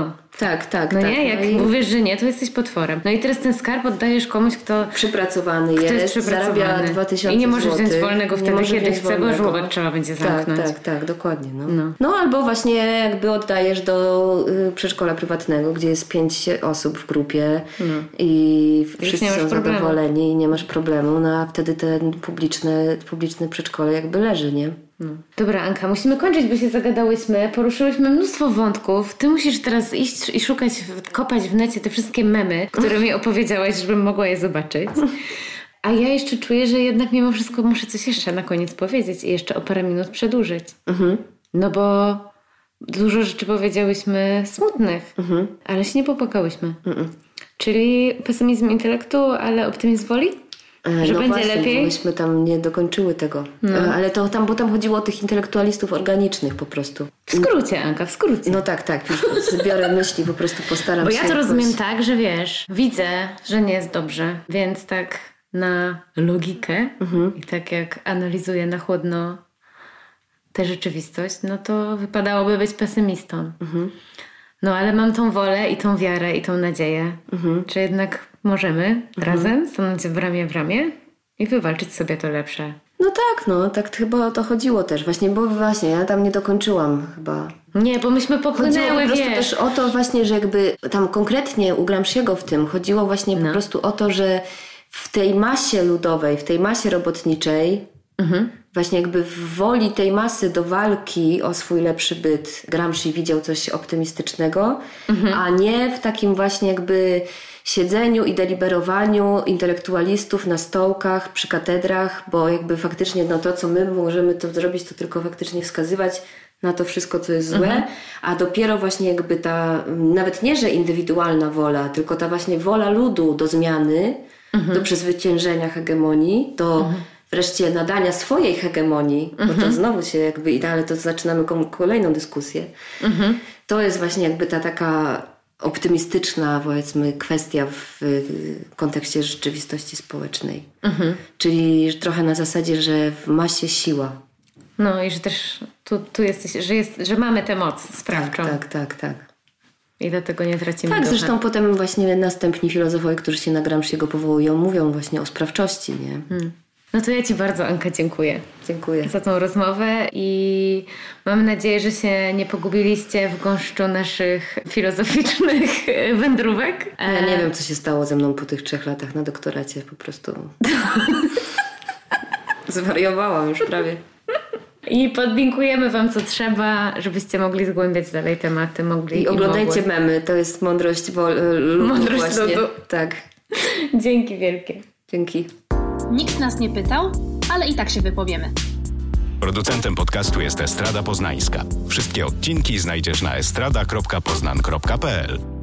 Tak. Nie? Jak mówisz, że nie, to jesteś potworem. No i teraz ten skarb oddajesz komuś, kto przypracowany jest, zarabia 2000 i nie możesz złotych, wziąć wolnego wtedy, kiedy chce, bo żłobek trzeba będzie zamknąć. Tak, dokładnie. No albo właśnie jakby oddajesz do przedszkola prywatnego, gdzie jest 5 osób w grupie i wszyscy są zadowoleni i nie masz problemu, a wtedy ten publiczne przedszkole jakby leży, nie? Dobra, Anka, musimy kończyć, bo się zagadałyśmy. Poruszyłyśmy mnóstwo wątków. Ty musisz teraz iść i szukać, kopać w necie te wszystkie memy, które mi opowiedziałaś, żebym mogła je zobaczyć. A ja jeszcze czuję, że jednak mimo wszystko muszę coś jeszcze na koniec powiedzieć i jeszcze o parę minut przedłużyć. No bo dużo rzeczy powiedziałyśmy smutnych, ale się nie popłakałyśmy. Czyli pesymizm intelektu, ale optymizm woli? Że będzie właśnie, lepiej? Myśmy tam nie dokończyły tego. Ale bo tam chodziło o tych intelektualistów organicznych po prostu. W skrócie, Anka, w skrócie. No tak. Już zbiorę myśli, po prostu postaram się. Bo ja to rozumiem tak, że wiesz, widzę, że nie jest dobrze, więc tak na logikę i tak jak analizuję na chłodno tę rzeczywistość, no to wypadałoby być pesymistą. No ale mam tą wolę i tą wiarę i tą nadzieję, że jednak możemy razem stanąć w ramię i wywalczyć sobie to lepsze. Tak chyba o to chodziło też. Bo ja tam nie dokończyłam chyba. Nie, bo myśmy popłynęły, chodziło po prostu też o to właśnie, że jakby tam konkretnie u Gramsciego w tym chodziło właśnie po prostu o to, że w tej masie ludowej, w tej masie robotniczej właśnie jakby w woli tej masy do walki o swój lepszy byt Gramsci widział coś optymistycznego, a nie w takim właśnie jakby siedzeniu i deliberowaniu intelektualistów na stołkach, przy katedrach, bo jakby faktycznie to, co my możemy to zrobić, to tylko faktycznie wskazywać na to wszystko, co jest złe, a dopiero właśnie jakby ta, nawet nie, że indywidualna wola, tylko ta właśnie wola ludu do zmiany, do przezwyciężenia hegemonii, do wreszcie nadania swojej hegemonii, bo to znowu się jakby, ale to zaczynamy kolejną dyskusję. To jest właśnie jakby ta taka optymistyczna, powiedzmy, kwestia w kontekście rzeczywistości społecznej. Czyli trochę na zasadzie, że w masie siła. No i że też tu jesteś, że mamy tę moc sprawczą. Tak. I dlatego nie tracimy ducha. Tak, zresztą potem właśnie następni filozofowie, którzy się na Gramsciego powołują, mówią właśnie o sprawczości, nie? No to ja Ci bardzo, Anka, dziękuję. Dziękuję za tą rozmowę i mam nadzieję, że się nie pogubiliście w gąszczu naszych filozoficznych wędrówek. Ja nie wiem, co się stało ze mną po tych 3 latach na doktoracie. Po prostu zwariowałam już prawie. I podlinkujemy Wam, co trzeba, żebyście mogli zgłębiać dalej tematy. I oglądajcie memy, to jest mądrość ludu. Mądrość ludu. Tak. Dzięki wielkie. Dzięki. Nikt nas nie pytał, ale i tak się wypowiemy. Producentem podcastu jest Estrada Poznańska. Wszystkie odcinki znajdziesz na estrada.poznan.pl.